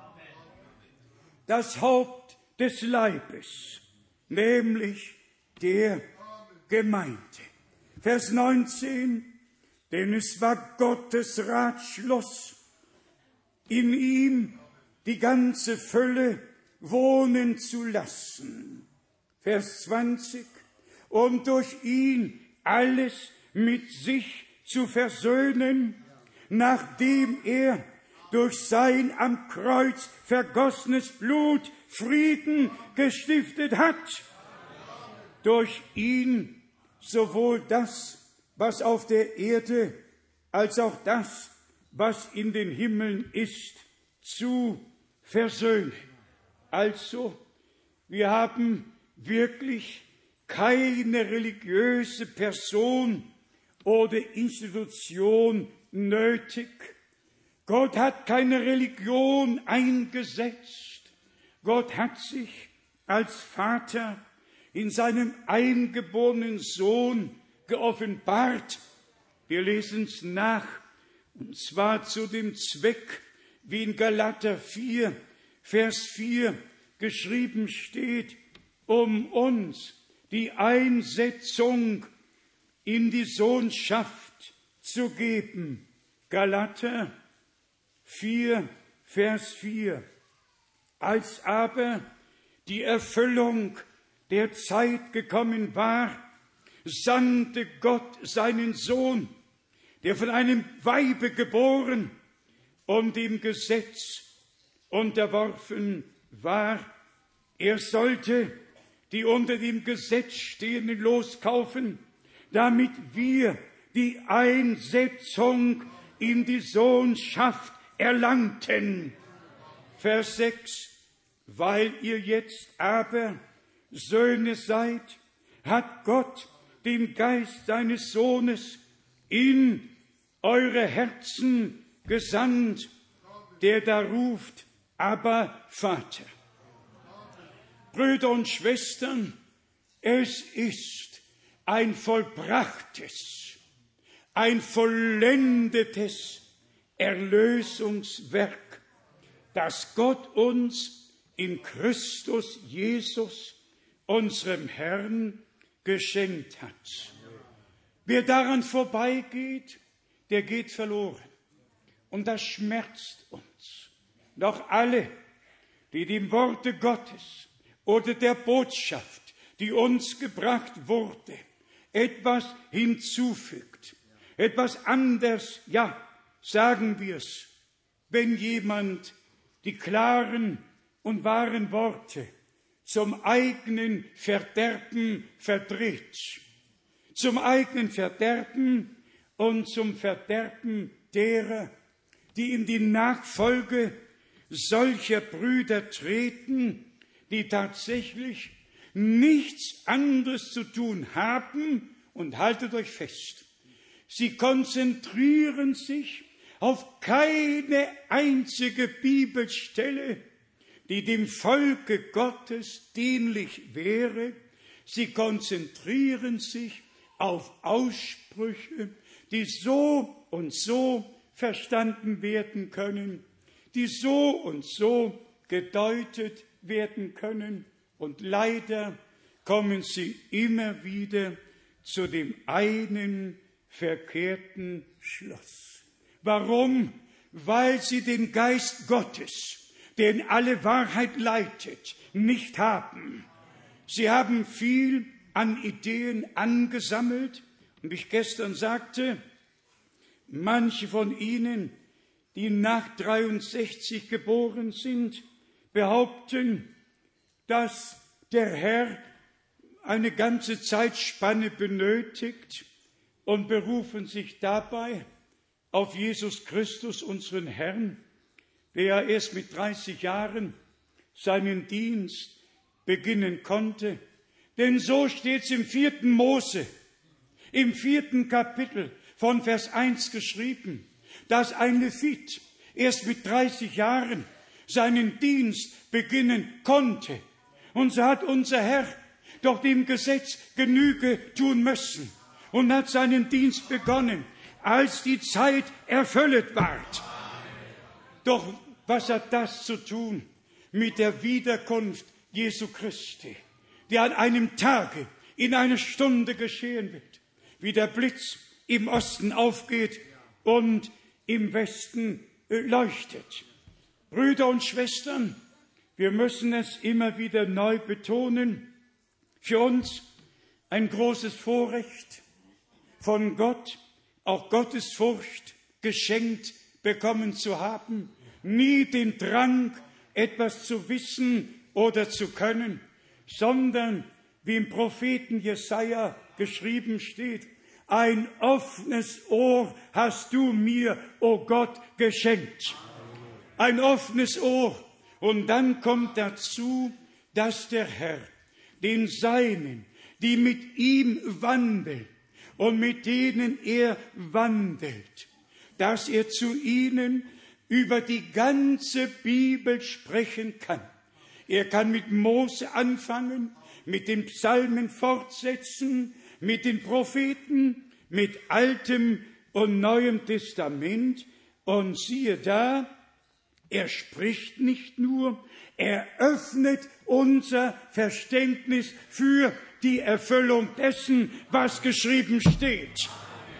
Das Haupt des Leibes, nämlich der Gemeinde. Vers 19. Denn es war Gottes Ratschluss, in ihm die ganze Fülle wohnen zu lassen. Vers 20. Und durch ihn alles mit sich zu versöhnen, nachdem er durch sein am Kreuz vergossenes Blut Frieden gestiftet hat. Durch ihn sowohl das, was auf der Erde, als auch das, was in den Himmeln ist, zu versöhnen. Also, wir haben wirklich keine religiöse Person oder Institution nötig. Gott hat keine Religion eingesetzt. Gott hat sich als Vater in seinem eingeborenen Sohn geoffenbart. Wir lesen es nach, und zwar zu dem Zweck, wie in Galater 4, Vers 4 geschrieben steht, um uns die Einsetzung in die Sohnschaft zu geben. Galater 4, Vers 4. Als aber die Erfüllung der Zeit gekommen war, sandte Gott seinen Sohn, der von einem Weibe geboren und dem Gesetz unterworfen war. Er sollte die unter dem Gesetz stehenden loskaufen, damit wir die Einsetzung in die Sohnschaft erlangten. Vers 6. Weil ihr jetzt aber Söhne seid, hat Gott den Geist seines Sohnes in eure Herzen gesandt, der da ruft, aber Vater. Brüder und Schwestern, es ist ein vollbrachtes, ein vollendetes Erlösungswerk, das Gott uns in Christus Jesus, unserem Herrn, geschenkt hat. Wer daran vorbeigeht, der geht verloren. Und das schmerzt uns. Doch alle, die dem Worte Gottes oder der Botschaft, die uns gebracht wurde, etwas hinzufügt, etwas anders, ja, sagen wir es, wenn jemand die klaren und wahren Worte zum eigenen Verderben verdreht, zum eigenen Verderben und zum Verderben derer, die in die Nachfolge solcher Brüder treten, die tatsächlich nichts anderes zu tun haben, und haltet euch fest, sie konzentrieren sich auf keine einzige Bibelstelle, die dem Volke Gottes dienlich wäre, Sie konzentrieren sich auf Aussprüche, die so und so verstanden werden können, die so und so gedeutet werden können. Und leider kommen sie immer wieder zu dem einen verkehrten Schluss. Warum? Weil sie den Geist Gottes, der in alle Wahrheit leitet, nicht haben. Sie haben viel an Ideen angesammelt. Und wie ich gestern sagte, manche von ihnen, die nach 63 geboren sind, behaupten, dass der Herr eine ganze Zeitspanne benötigt und berufen sich dabei auf Jesus Christus, unseren Herrn, der ja erst mit 30 Jahren seinen Dienst beginnen konnte. Denn so steht es im 4. Mose, im 4. Kapitel von Vers 1 geschrieben, dass ein Levit erst mit 30 Jahren seinen Dienst beginnen konnte. Und so hat unser Herr doch dem Gesetz Genüge tun müssen und hat seinen Dienst begonnen, als die Zeit erfüllt ward. Doch was hat das zu tun mit der Wiederkunft Jesu Christi, die an einem Tage, in einer Stunde geschehen wird, wie der Blitz im Osten aufgeht und im Westen leuchtet? Brüder und Schwestern, wir müssen es immer wieder neu betonen, für uns ein großes Vorrecht, von Gott auch Gottesfurcht geschenkt bekommen zu haben, nie den Drang, etwas zu wissen oder zu können, sondern, wie im Propheten Jesaja geschrieben steht, ein offenes Ohr hast du mir, o Gott, geschenkt. Ein offenes Ohr. Und dann kommt dazu, dass der Herr den Seinen, die mit ihm wandeln und mit denen er wandelt, dass er zu ihnen über die ganze Bibel sprechen kann. Er kann mit Mose anfangen, mit den Psalmen fortsetzen, mit den Propheten, mit Altem und Neuem Testament. Und siehe da, er spricht nicht nur, er öffnet unser Verständnis für die Erfüllung dessen, was geschrieben steht.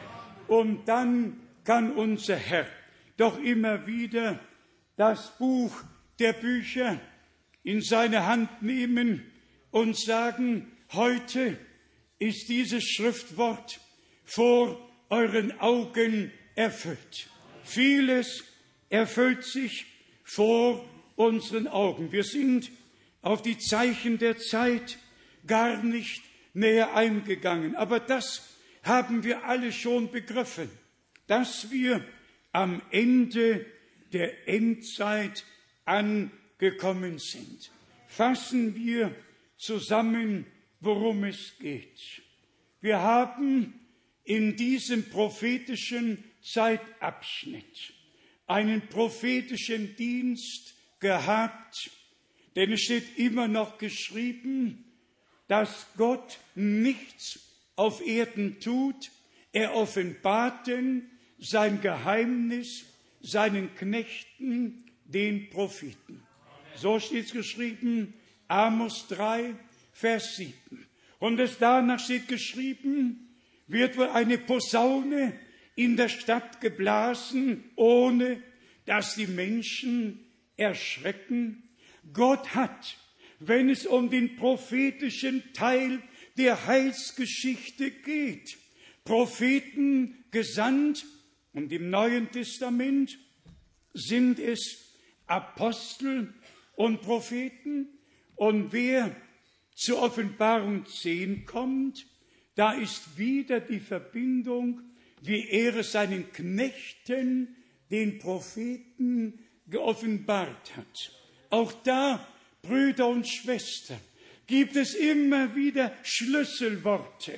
Und dann kann unser Herr doch immer wieder das Buch der Bücher in seine Hand nehmen und sagen, heute ist dieses Schriftwort vor euren Augen erfüllt. Vieles erfüllt sich vor unseren Augen. Wir sind auf die Zeichen der Zeit gar nicht näher eingegangen. Aber das haben wir alle schon begriffen, dass wir am Ende der Endzeit angekommen sind. Fassen wir zusammen, worum es geht. Wir haben in diesem prophetischen Zeitabschnitt einen prophetischen Dienst gehabt, denn es steht immer noch geschrieben, dass Gott nichts auf Erden tut. Er offenbart denn sein Geheimnis seinen Knechten, den Propheten. So steht es geschrieben, Amos 3, Vers 7. Und es danach steht geschrieben, wird wohl eine Posaune in der Stadt geblasen, ohne dass die Menschen erschrecken. Gott hat, wenn es um den prophetischen Teil der Heilsgeschichte geht, Propheten gesandt, und im Neuen Testament sind es Apostel und Propheten. Und wer zur Offenbarung 10 kommt, da ist wieder die Verbindung, wie er es seinen Knechten, den Propheten, geoffenbart hat. Auch da, Brüder und Schwestern, gibt es immer wieder Schlüsselworte,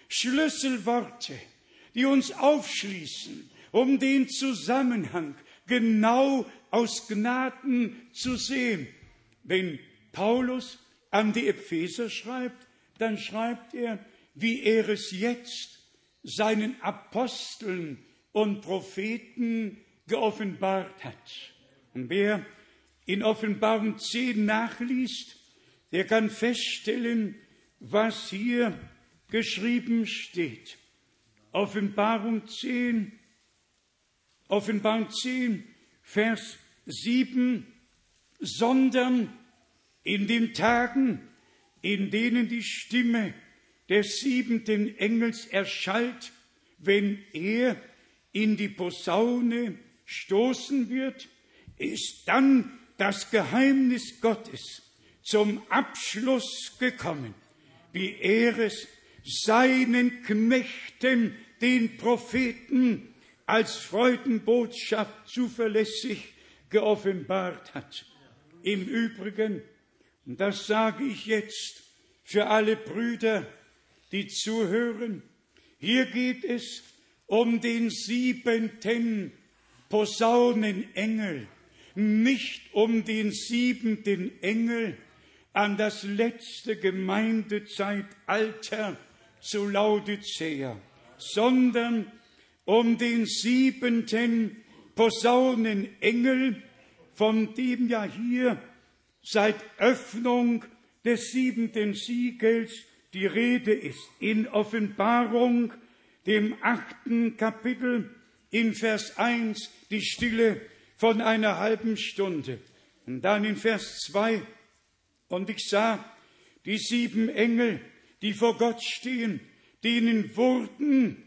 die uns aufschließen, um den Zusammenhang genau aus Gnaden zu sehen. Wenn Paulus an die Epheser schreibt, dann schreibt er, wie er es jetzt seinen Aposteln und Propheten geoffenbart hat. Und wer in Offenbarung 10 nachliest, der kann feststellen, was hier geschrieben steht. Offenbarung 10, Vers 7, sondern in den Tagen, in denen die Stimme des 7. Engels erschallt, wenn er in die Posaune stoßen wird, ist dann das Geheimnis Gottes zum Abschluss gekommen, wie er es seinen Knechten, den Propheten, als Freudenbotschaft zuverlässig geoffenbart hat. Im Übrigen, und das sage ich jetzt für alle Brüder, die zuhören, hier geht es um den 7. Posaunenengel, nicht um den 7. Engel an das letzte Gemeindezeitalter zu Laodicea, sondern um den 7. Posaunenengel, von dem ja hier seit Öffnung des 7. Siegels die Rede ist. In Offenbarung, dem 8. Kapitel, in Vers 1, die Stille von einer halben Stunde. Und dann in Vers 2, und ich sah die 7 Engel, die vor Gott stehen, denen wurden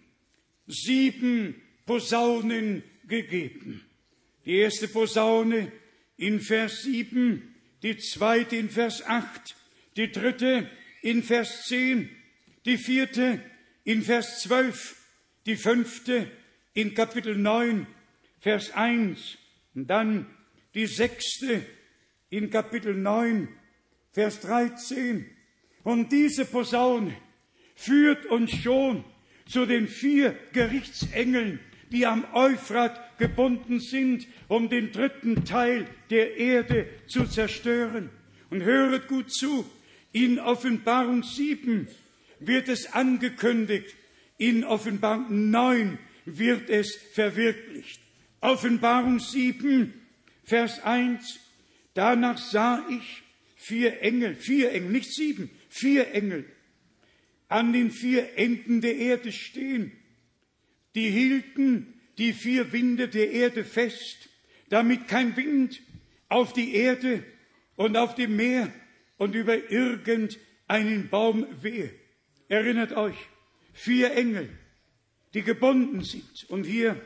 7 Posaunen gegeben. Die erste Posaune in Vers 7, die zweite in Vers 8, die dritte in Vers 10, die vierte in Vers 12, die fünfte in Kapitel 9, Vers 1, und dann die sechste in Kapitel 9, Vers 13. Und diese Posaune führt uns schon zu den 4 Gerichtsengeln, die am Euphrat gebunden sind, um den 3. Teil der Erde zu zerstören. Und höret gut zu, in Offenbarung 7 wird es angekündigt, in Offenbarung 9 wird es verwirklicht. Offenbarung 7, Vers 1, danach sah ich 4 Engel, nicht 7, 4 Engel, an den 4 Enden der Erde stehen. Die hielten die 4 Winde der Erde fest, damit kein Wind auf die Erde und auf dem Meer und über irgendeinen Baum wehe. Erinnert euch, 4 Engel, die gebunden sind. Und hier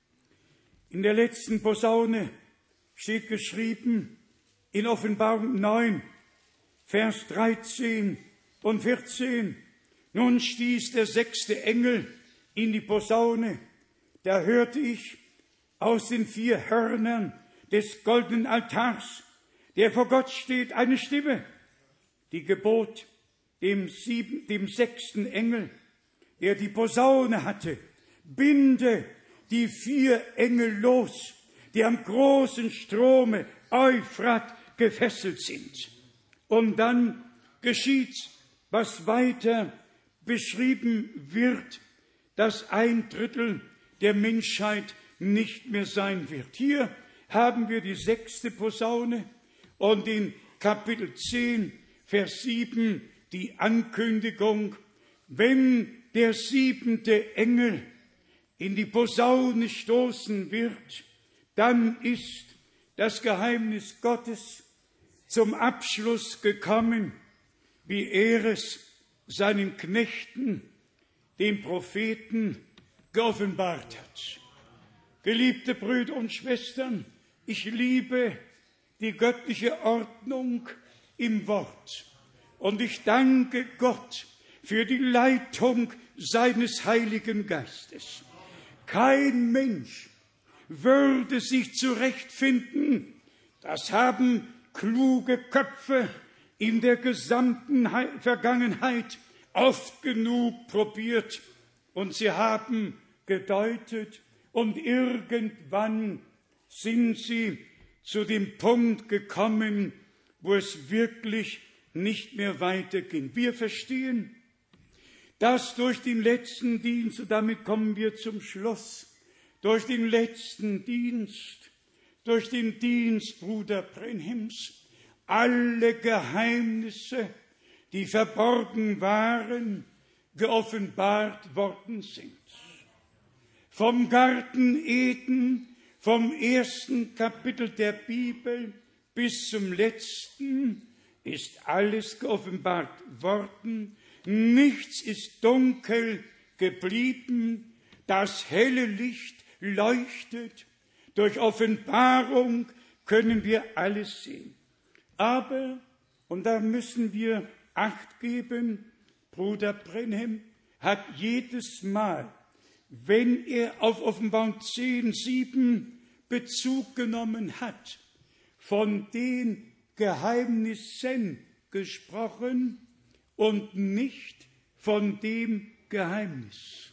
in der letzten Posaune steht geschrieben in Offenbarung 9, Vers 13 und 14, nun stieß der 6. Engel in die Posaune, da hörte ich aus den 4 Hörnern des goldenen Altars, der vor Gott steht, eine Stimme, die gebot dem 6. Engel, der die Posaune hatte, binde die 4 Engel los, die am großen Strome Euphrat gefesselt sind. Und dann geschieht, was weiter beschrieben wird, dass 1/3 der Menschheit nicht mehr sein wird. Hier haben wir die 6. Posaune und in Kapitel 10, Vers 7 die Ankündigung, wenn der 7. Engel in die Posaune stoßen wird, dann ist das Geheimnis Gottes zum Abschluss gekommen, wie er es seinen Knechten, den Propheten, geoffenbart hat. Geliebte Brüder und Schwestern, ich liebe die göttliche Ordnung im Wort und ich danke Gott für die Leitung seines Heiligen Geistes. Kein Mensch würde sich zurechtfinden, das haben kluge Köpfe in der gesamten Vergangenheit oft genug probiert und sie haben gedeutet und irgendwann sind sie zu dem Punkt gekommen, wo es wirklich nicht mehr weitergehen. Wir verstehen, dass durch den letzten Dienst, und damit kommen wir zum Schluss, durch den letzten Dienst, durch den Dienst Bruder Brenhims, alle Geheimnisse, die verborgen waren, geoffenbart worden sind. Vom Garten Eden, vom ersten Kapitel der Bibel bis zum letzten ist alles geoffenbart worden. Nichts ist dunkel geblieben. Das helle Licht leuchtet. Durch Offenbarung können wir alles sehen. Aber, und da müssen wir Acht geben, Bruder Brenhem hat jedes Mal, wenn er auf Offenbarung 10,7 Bezug genommen hat, von den Geheimnissen gesprochen und nicht von dem Geheimnis.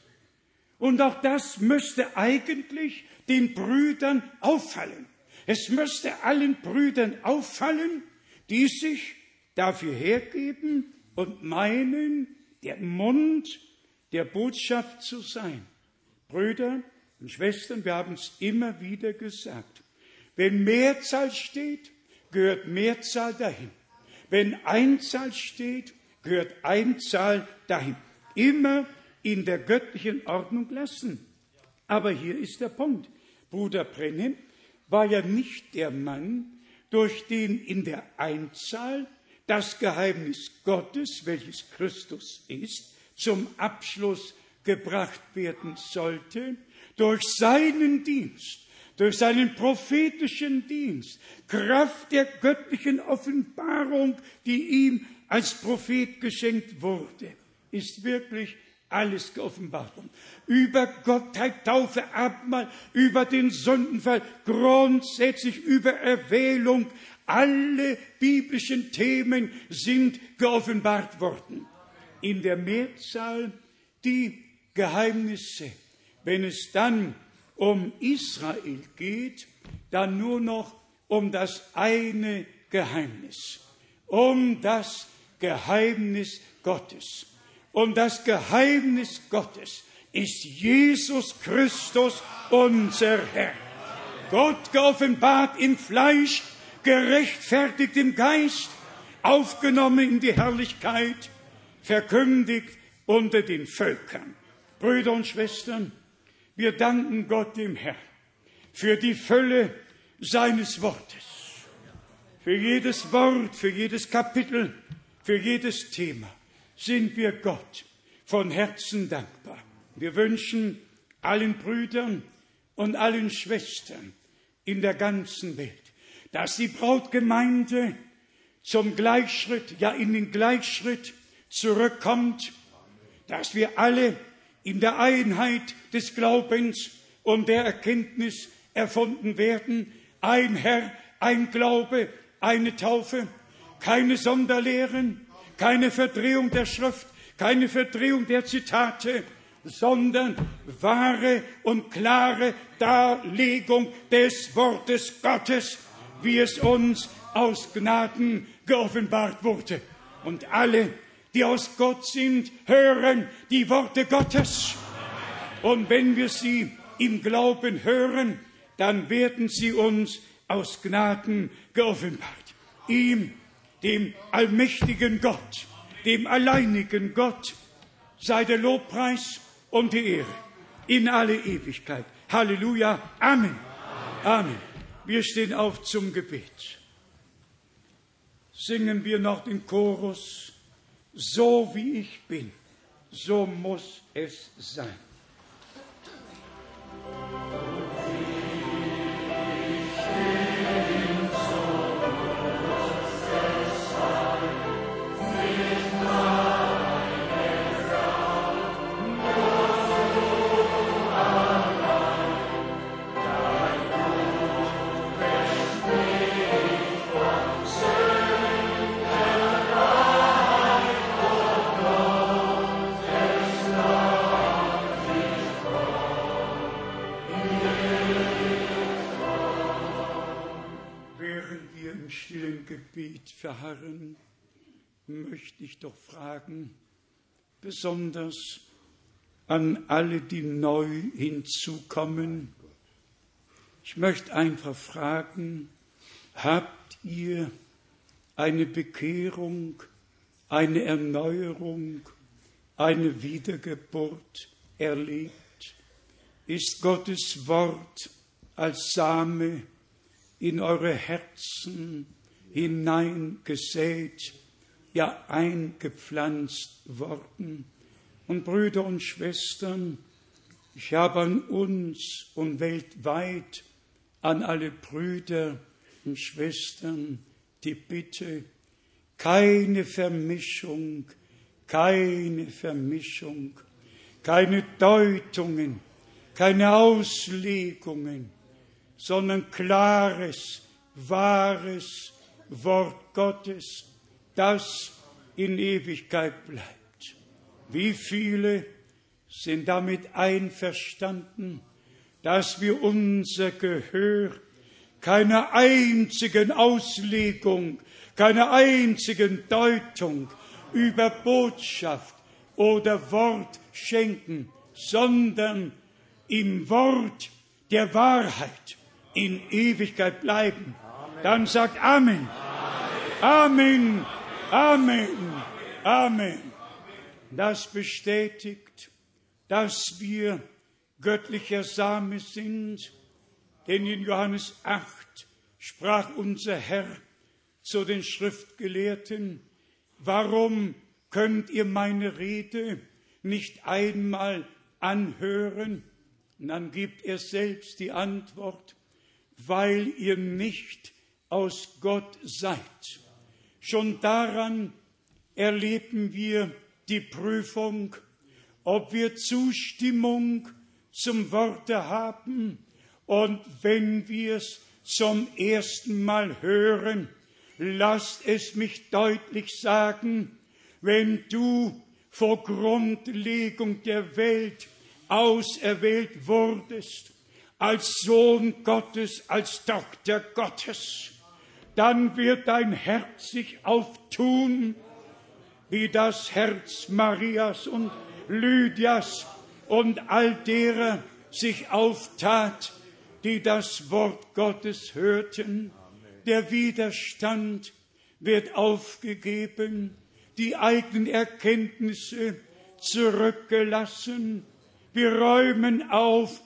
Und auch das müsste eigentlich den Brüdern auffallen. Es müsste allen Brüdern auffallen, die sich dafür hergeben und meinen, der Mund der Botschaft zu sein. Brüder und Schwestern, wir haben es immer wieder gesagt. Wenn Mehrzahl steht, gehört Mehrzahl dahin. Wenn Einzahl steht, gehört Einzahl dahin. Immer in der göttlichen Ordnung lassen. Aber hier ist der Punkt. Bruder Brenhem war ja nicht der Mann, durch den in der Einzahl das Geheimnis Gottes, welches Christus ist, zum Abschluss gebracht werden sollte, durch seinen Dienst, durch seinen prophetischen Dienst, Kraft der göttlichen Offenbarung, die ihm als Prophet geschenkt wurde, ist wirklich alles geoffenbart worden. Über Gottheit, Taufe, Abendmahl, über den Sündenfall, grundsätzlich über Erwählung, alle biblischen Themen sind geoffenbart worden. In der Mehrzahl die Geheimnisse. Wenn es dann um Israel geht, dann nur noch um das eine Geheimnis. Um das Geheimnis Gottes. Und das Geheimnis Gottes ist Jesus Christus, unser Herr. Gott geoffenbart im Fleisch, gerechtfertigt im Geist, aufgenommen in die Herrlichkeit, verkündigt unter den Völkern. Brüder und Schwestern, wir danken Gott dem Herrn für die Fülle seines Wortes. Für jedes Wort, für jedes Kapitel, für jedes Thema sind wir Gott von Herzen dankbar. Wir wünschen allen Brüdern und allen Schwestern in der ganzen Welt, dass die Brautgemeinde zum Gleichschritt, ja in den Gleichschritt zurückkommt, dass wir alle in der Einheit des Glaubens und der Erkenntnis erfunden werden. Ein Herr, ein Glaube, eine Taufe, keine Sonderlehren, keine Verdrehung der Schrift, keine Verdrehung der Zitate, sondern wahre und klare Darlegung des Wortes Gottes, wie es uns aus Gnaden geoffenbart wurde. Und alle, die aus Gott sind, hören die Worte Gottes. Und wenn wir sie im Glauben hören, dann werden sie uns aus Gnaden geoffenbart. Ihm, dem allmächtigen Gott, dem alleinigen Gott, sei der Lobpreis und die Ehre in alle Ewigkeit. Halleluja. Amen. Amen. Wir stehen auf zum Gebet. Singen wir noch den Chorus. So wie ich bin, so muss es sein. Gebet verharren, möchte ich doch fragen, besonders an alle, die neu hinzukommen. Ich möchte einfach fragen, habt ihr eine Bekehrung, eine Erneuerung, eine Wiedergeburt erlebt? Ist Gottes Wort als Same in eure Herzen hineingesät, ja eingepflanzt worden? Und Brüder und Schwestern, ich habe an uns und weltweit an alle Brüder und Schwestern die Bitte, keine Vermischung, keine Deutungen, keine Auslegungen, sondern klares, wahres Wort Gottes, das in Ewigkeit bleibt. Wie viele sind damit einverstanden, dass wir unser Gehör keiner einzigen Auslegung, keiner einzigen Deutung über Botschaft oder Wort schenken, sondern im Wort der Wahrheit in Ewigkeit bleiben? Dann sagt Amen. Amen. Amen. Amen. Das bestätigt, dass wir göttlicher Same sind, denn in Johannes 8 sprach unser Herr zu den Schriftgelehrten: Warum könnt ihr meine Rede nicht einmal anhören? Und dann gibt er selbst die Antwort: Weil ihr nicht aus Gott seid. Schon daran erleben wir die Prüfung, ob wir Zustimmung zum Worte haben. Und wenn wir es zum ersten Mal hören, lasst es mich deutlich sagen, wenn du vor Grundlegung der Welt auserwählt wurdest, als Sohn Gottes, als Tochter Gottes, dann wird dein Herz sich auftun, wie das Herz Marias und Lydias und all derer sich auftat, die das Wort Gottes hörten. Der Widerstand wird aufgegeben, die eigenen Erkenntnisse zurückgelassen. Wir räumen auf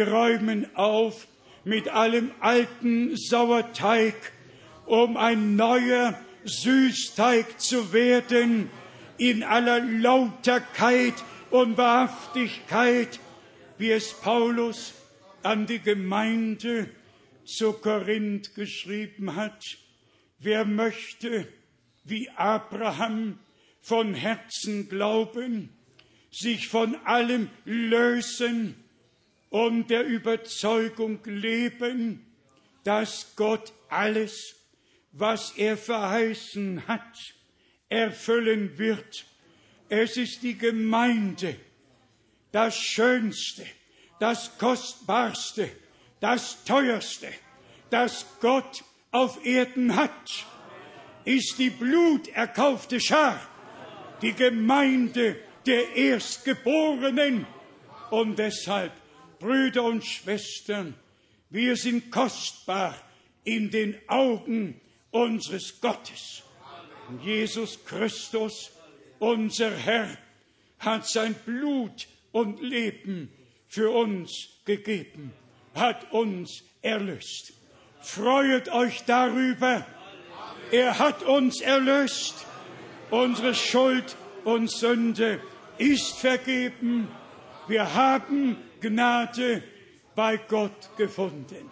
mit allem alten Sauerteig, um ein neuer Süßteig zu werden, in aller Lauterkeit und Wahrhaftigkeit, wie es Paulus an die Gemeinde zu Korinth geschrieben hat. Wer möchte, wie Abraham, von Herzen glauben, sich von allem lösen und der Überzeugung leben, dass Gott alles, was er verheißen hat, erfüllen wird. Es ist die Gemeinde, das Schönste, das Kostbarste, das Teuerste, das Gott auf Erden hat, ist die bluterkaufte Schar, die Gemeinde der Erstgeborenen. Und deshalb, Brüder und Schwestern, wir sind kostbar in den Augen unseres Gottes. Jesus Christus, unser Herr, hat sein Blut und Leben für uns gegeben, hat uns erlöst. Freuet euch darüber, er hat uns erlöst. Unsere Schuld und Sünde ist vergeben. Wir haben Gnade bei Gott gefunden.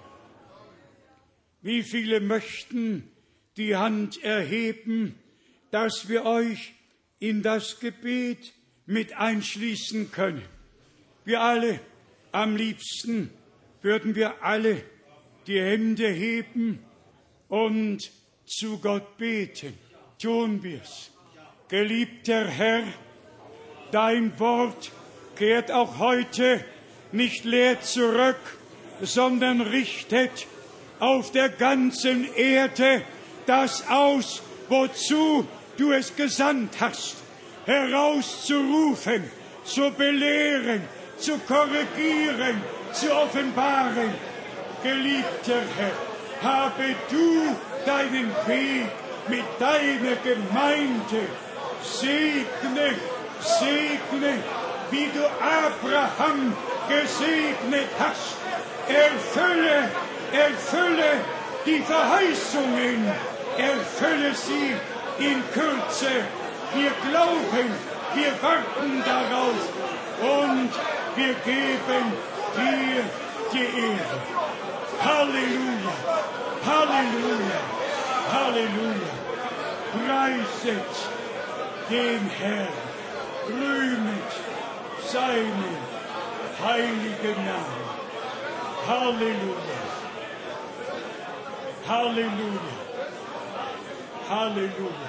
Wie viele möchten die Hand erheben, dass wir euch in das Gebet mit einschließen können? Wir alle, am liebsten würden wir alle die Hände heben und zu Gott beten. Tun wir's. Geliebter Herr, dein Wort kehrt auch heute nicht leer zurück, sondern richtet auf der ganzen Erde das aus, wozu du es gesandt hast, herauszurufen, zu belehren, zu korrigieren, zu offenbaren. Geliebter Herr, habe du deinen Weg mit deiner Gemeinde. Segne, segne, wie du Abraham gesegnet hast. Erfülle die Verheißungen, erfülle sie in Kürze. Wir glauben, wir warten darauf und wir geben dir die Ehre. Halleluja, Halleluja, Halleluja. Preiset den Herrn, rühmet seinen heiligen Namen. Halleluja, Halleluja, Halleluja,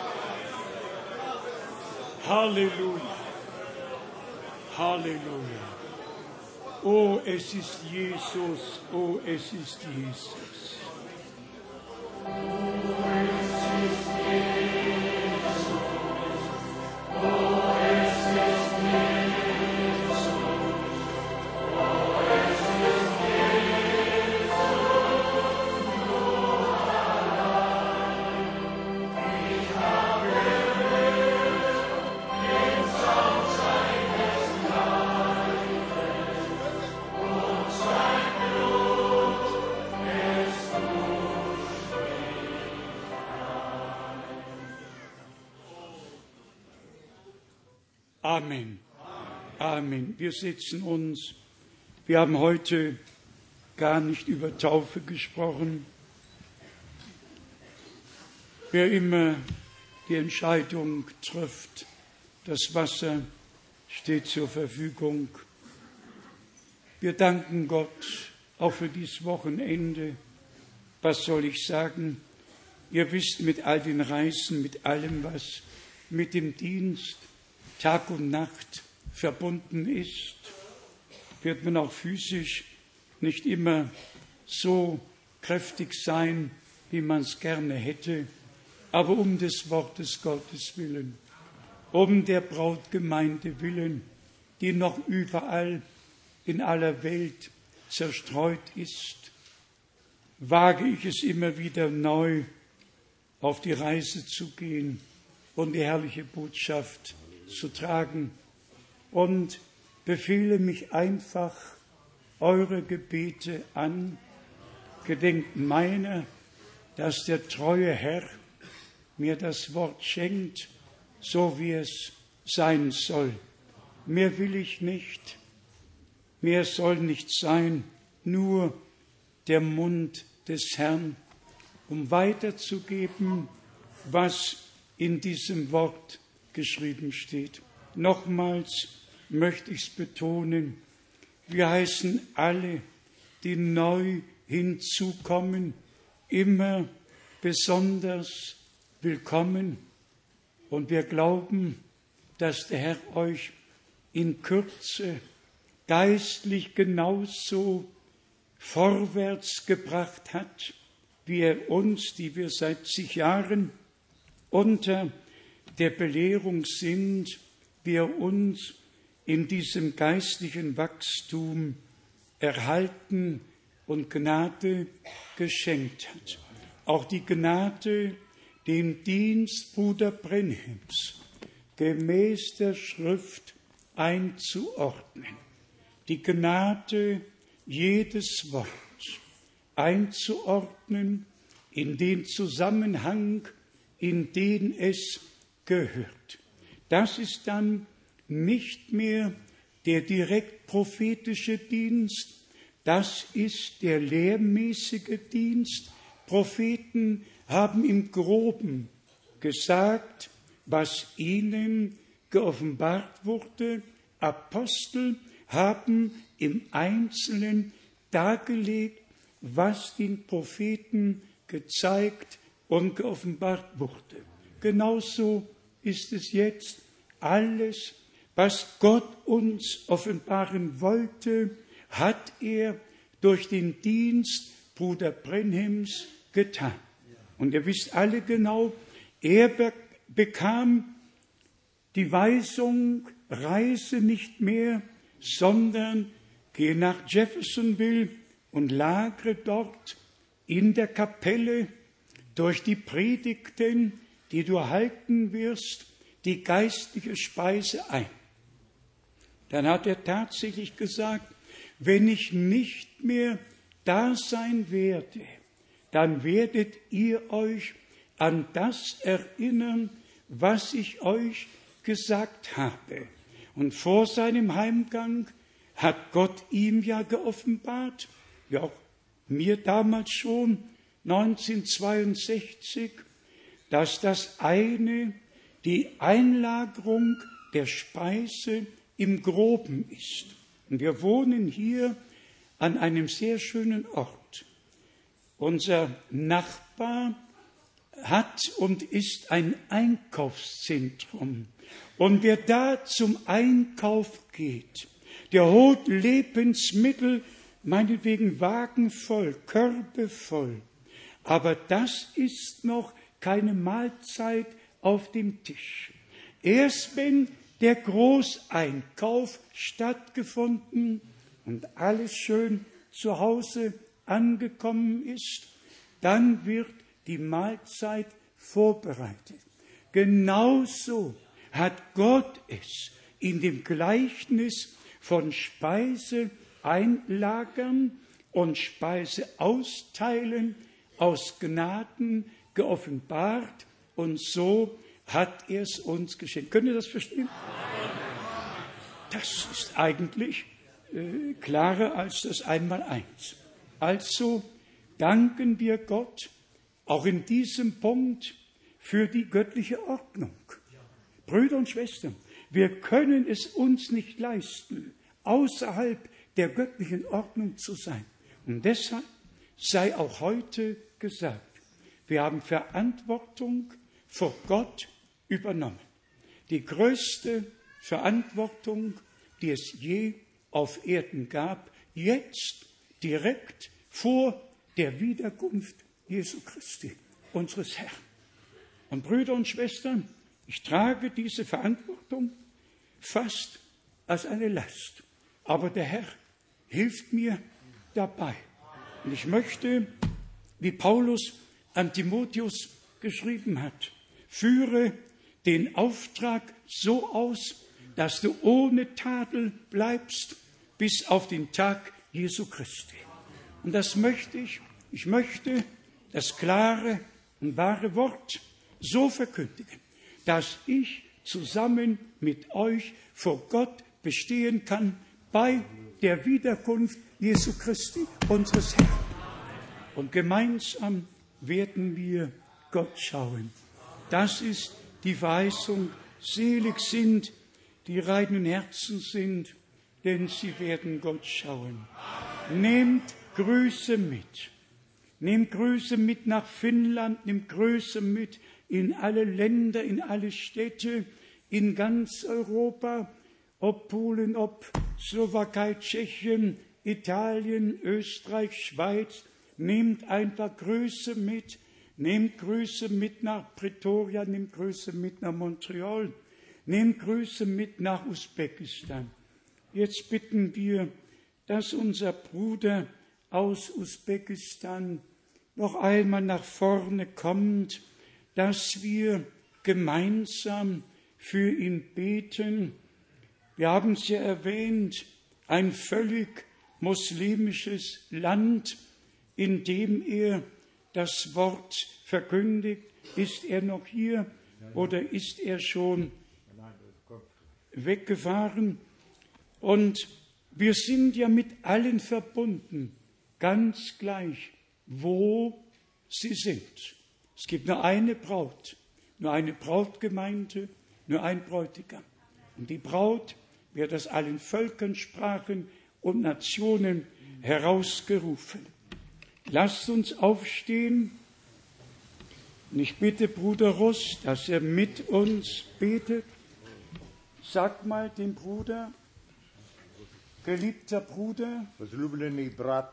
Halleluja, Halleluja. Oh, es ist Jesus, oh, es ist Jesus. Amen. Amen. Wir setzen uns. Wir haben heute gar nicht über Taufe gesprochen. Wer immer die Entscheidung trifft, das Wasser steht zur Verfügung. Wir danken Gott auch für dieses Wochenende. Was soll ich sagen? Ihr wisst, mit all den Reisen, mit allem, was mit dem Dienst Tag und Nacht verbunden ist, wird man auch physisch nicht immer so kräftig sein, wie man es gerne hätte, aber um des Wortes Gottes willen, um der Brautgemeinde willen, die noch überall in aller Welt zerstreut ist, wage ich es immer wieder neu, auf die Reise zu gehen und die herrliche Botschaft zu tragen und befehle mich einfach eure Gebete an, gedenkt meiner, dass der treue Herr mir das Wort schenkt, so wie es sein soll. Mehr will ich nicht, mehr soll nicht sein, nur der Mund des Herrn, um weiterzugeben, was in diesem Wort geschrieben steht. Nochmals möchte ich es betonen, wir heißen alle, die neu hinzukommen, immer besonders willkommen. Und wir glauben, dass der Herr euch in Kürze geistlich genauso vorwärts gebracht hat, wie er uns, die wir seit zig Jahren unter der Belehrung sind, wie er uns in diesem geistlichen Wachstum erhalten und Gnade geschenkt hat. Auch die Gnade, den Dienst Bruder Brenhims gemäß der Schrift einzuordnen. Die Gnade, jedes Wort einzuordnen in den Zusammenhang, in den es gehört. Das ist dann nicht mehr der direkt prophetische Dienst, das ist der lehrmäßige Dienst. Propheten haben im Groben gesagt, was ihnen geoffenbart wurde. Apostel haben im Einzelnen dargelegt, was den Propheten gezeigt und geoffenbart wurde. Genauso ist es jetzt. Alles, was Gott uns offenbaren wollte, hat er durch den Dienst Bruder Brenhims getan. Und ihr wisst alle genau, er bekam die Weisung, reise nicht mehr, sondern gehe nach Jeffersonville und lagere dort in der Kapelle durch die Predigten, die du halten wirst, die geistliche Speise ein. Dann hat er tatsächlich gesagt, wenn ich nicht mehr da sein werde, dann werdet ihr euch an das erinnern, was ich euch gesagt habe. Und vor seinem Heimgang hat Gott ihm ja geoffenbart, wie auch mir damals schon 1962, dass das eine die Einlagerung der Speise im Groben ist. Und wir wohnen hier an einem sehr schönen Ort. Unser Nachbar hat und ist ein Einkaufszentrum. Und wer da zum Einkauf geht, der holt Lebensmittel, meinetwegen Wagen voll, Körbe voll. Aber das ist noch keine Mahlzeit auf dem Tisch. Erst wenn der Großeinkauf stattgefunden und alles schön zu Hause angekommen ist, dann wird die Mahlzeit vorbereitet. Genauso hat Gott es in dem Gleichnis von Speise einlagern und Speise austeilen aus Gnaden geoffenbart, und so hat er es uns geschenkt. Könnt ihr das verstehen? Das ist eigentlich klarer als das Einmaleins. Also danken wir Gott auch in diesem Punkt für die göttliche Ordnung. Brüder und Schwestern, wir können es uns nicht leisten, außerhalb der göttlichen Ordnung zu sein. Und deshalb sei auch heute gesagt, wir haben Verantwortung vor Gott übernommen. Die größte Verantwortung, die es je auf Erden gab, jetzt direkt vor der Wiederkunft Jesu Christi, unseres Herrn. Und Brüder und Schwestern, ich trage diese Verantwortung fast als eine Last. Aber der Herr hilft mir dabei. Und ich möchte, wie Paulus an Timotheus geschrieben hat, führe den Auftrag so aus, dass du ohne Tadel bleibst bis auf den Tag Jesu Christi. Und das möchte ich. Ich möchte das klare und wahre Wort so verkündigen, dass ich zusammen mit euch vor Gott bestehen kann bei der Wiederkunft Jesu Christi, unseres Herrn. Und gemeinsam werden wir Gott schauen. Das ist die Verheißung. Selig sind, die reinen Herzen sind, denn sie werden Gott schauen. Nehmt Grüße mit. Nehmt Grüße mit nach Finnland, nehmt Grüße mit in alle Länder, in alle Städte, in ganz Europa, ob Polen, ob Slowakei, Tschechien, Italien, Österreich, Schweiz. Nehmt einfach Grüße mit. Nehmt Grüße mit nach Pretoria, nehmt Grüße mit nach Montreal, nehmt Grüße mit nach Usbekistan. Jetzt bitten wir, dass unser Bruder aus Usbekistan noch einmal nach vorne kommt, dass wir gemeinsam für ihn beten. Wir haben es ja erwähnt, ein völlig muslimisches Land, in dem er das Wort verkündigt. Ist er noch hier oder ist er schon weggefahren? Und wir sind ja mit allen verbunden, ganz gleich, wo sie sind. Es gibt nur eine Braut, nur eine Brautgemeinde, nur ein Bräutigam. Und die Braut wird aus allen Völkern, Sprachen und Nationen herausgerufen. Lasst uns aufstehen. Und ich bitte Bruder Russ, dass er mit uns betet. Sag mal dem Bruder, geliebter Bruder,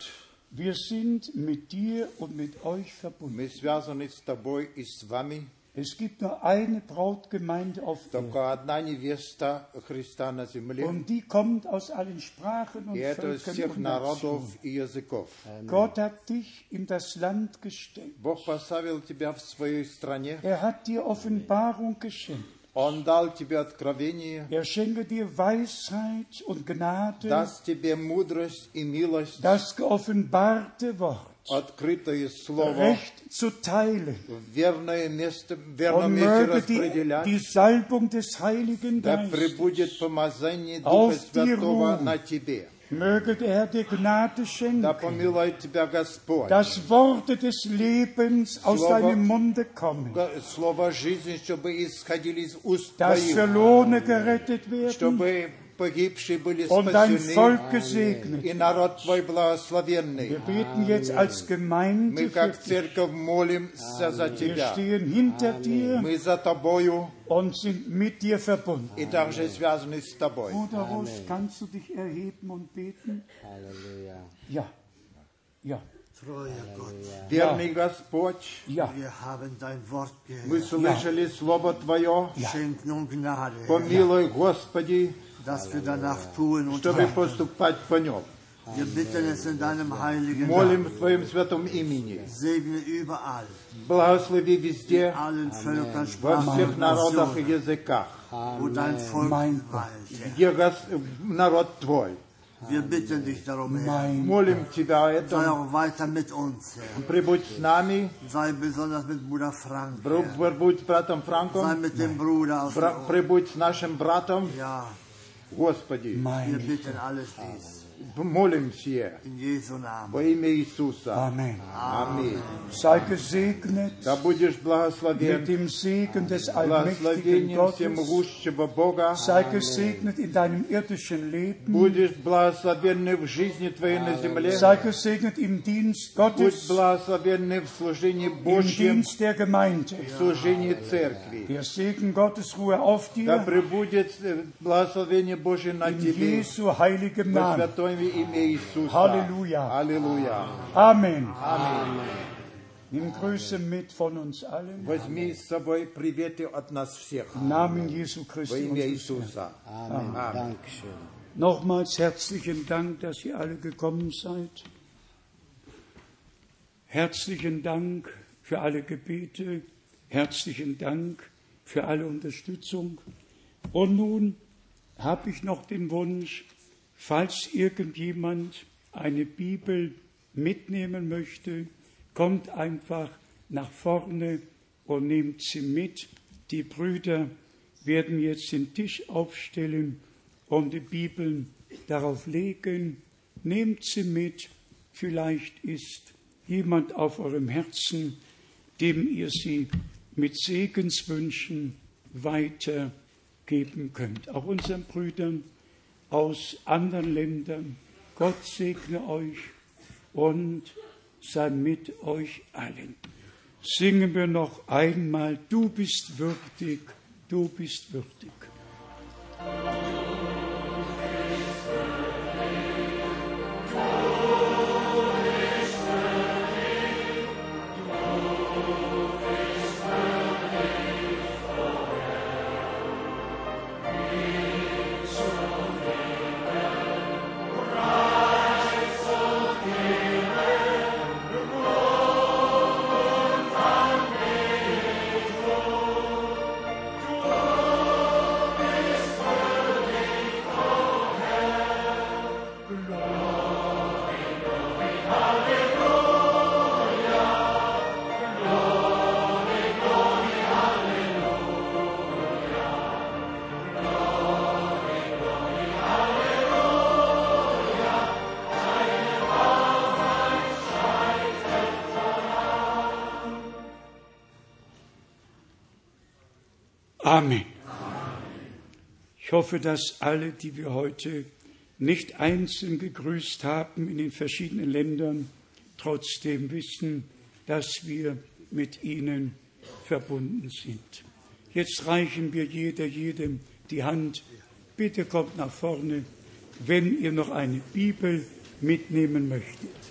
wir sind mit dir und mit euch verbunden. Ми зв'язані з тобою і з вами. Es gibt nur eine Brautgemeinde auf Только одна невеста Христа на земле, und die kommt aus allen Sprachen und и это из Völkern всех und народов Nationen. и языков. Gott hat dich in das Land gestellt. Бог поставил тебя в своей стране, Er hat dir Offenbarung geschenkt. Он дал тебе откровение, Er schenke dir Weisheit und Gnade, даст тебе мудрость и милость, das geoffenbarte Wort открытое слово, recht zu teilen. в верное место, в верном Und месте möge распределять. die Salbung des Heiligen Да Geistes, пребудет помазание Духа auf dir Святого ruhen. на тебе. möge der Herr dir Gnade Да schenken, помилует тебя Господь. dass Worte des Lebens aus Слово- deinem Munde kommen, Слово жизни, чтобы исходили из уст dass твоих, Verlorene gerettet werden чтобы погибшие были und dein спасены, Volk gesegnet. и народ твой благословенный. Wir beten jetzt als Мы Gemeinde für как dich. церковь молимся за Wir тебя. stehen hinter dir Мы за тобою und sind mit dir verbunden. и также связаны с тобой. Bruder Rusch, kannst du dich erheben und beten? Halleluja. Ja, ja, Treuer Gott, Верный Господь, ja. wir haben dein Wort мы gehört. слышали Слово Твое. Schenk nun Gnade, Помилуй, Господи, dass wir danach tun und чтобы handeln. поступать по нем. Wir bitten es in deinem heiligen Молим Namen. в Твоем святом имени. Segne überall, Благослови везде, allen Völkern, во Sprachen всех und народах и Nationen, языках, wo dein Volk Mein weilt. где народ Твой. Wir bitten dich darum, Herr. Mein Молим Тебя о Sei этом. auch weiter mit uns, Herr. Прибудь с нами, Sei besonders mit Bruder Frank, Herr. прибудь с братом Sei Франком, mit dem Bruder aus der прибудь с нашим братом. Ja, Господи, wir mein bitten alles dies. молим все In Jesu Namen. во имя Иисуса. Amen. Аминь. Sei gesegnet Да будешь mit благословен dem Segen des allmächtigen благословением Gottes. всемогущего Бога. Sei gesegnet in deinem irdischen Leben. Будешь благословенный в жизни Твоей на земле. Sei gesegnet im Dienst Будь Gottes, благословенный в служении im Божьем, Dienst der Gemeinde. в служении Церкви. Der Segen Gottes ruhe auf Да dir пребудет благословение Божье на in тебе. Jesu heiligem Во Namen. святое имя Иисуса. Halleluja. Аллилуйя. Amen. Аминь. Nimm Grüße mit von uns allen. Возьми с собой приветы от нас всех. Im Namen Jesu Во Christi. имя unseres Herrn. Иисуса. Amen. Amen. Dankeschön. Nochmals herzlichen Dank, dass ihr alle gekommen seid. Herzlichen Dank für alle Gebete. Herzlichen Dank für alle Unterstützung. Und nun habe ich noch den Wunsch, falls irgendjemand eine Bibel mitnehmen möchte, kommt einfach nach vorne und nehmt sie mit. Die Brüder werden jetzt den Tisch aufstellen und die Bibeln darauf legen. Nehmt sie mit. Vielleicht ist jemand auf eurem Herzen, dem ihr sie mit Segenswünschen weitergeben könnt. Auch unseren Brüdern aus anderen Ländern. Gott segne euch und sei mit euch allen. Singen wir noch einmal, du bist würdig, du bist würdig. Amen. Ich hoffe, dass alle, die wir heute nicht einzeln gegrüßt haben in den verschiedenen Ländern, trotzdem wissen, dass wir mit ihnen verbunden sind. Jetzt reichen wir jedem die Hand. Bitte kommt nach vorne, wenn ihr noch eine Bibel mitnehmen möchtet.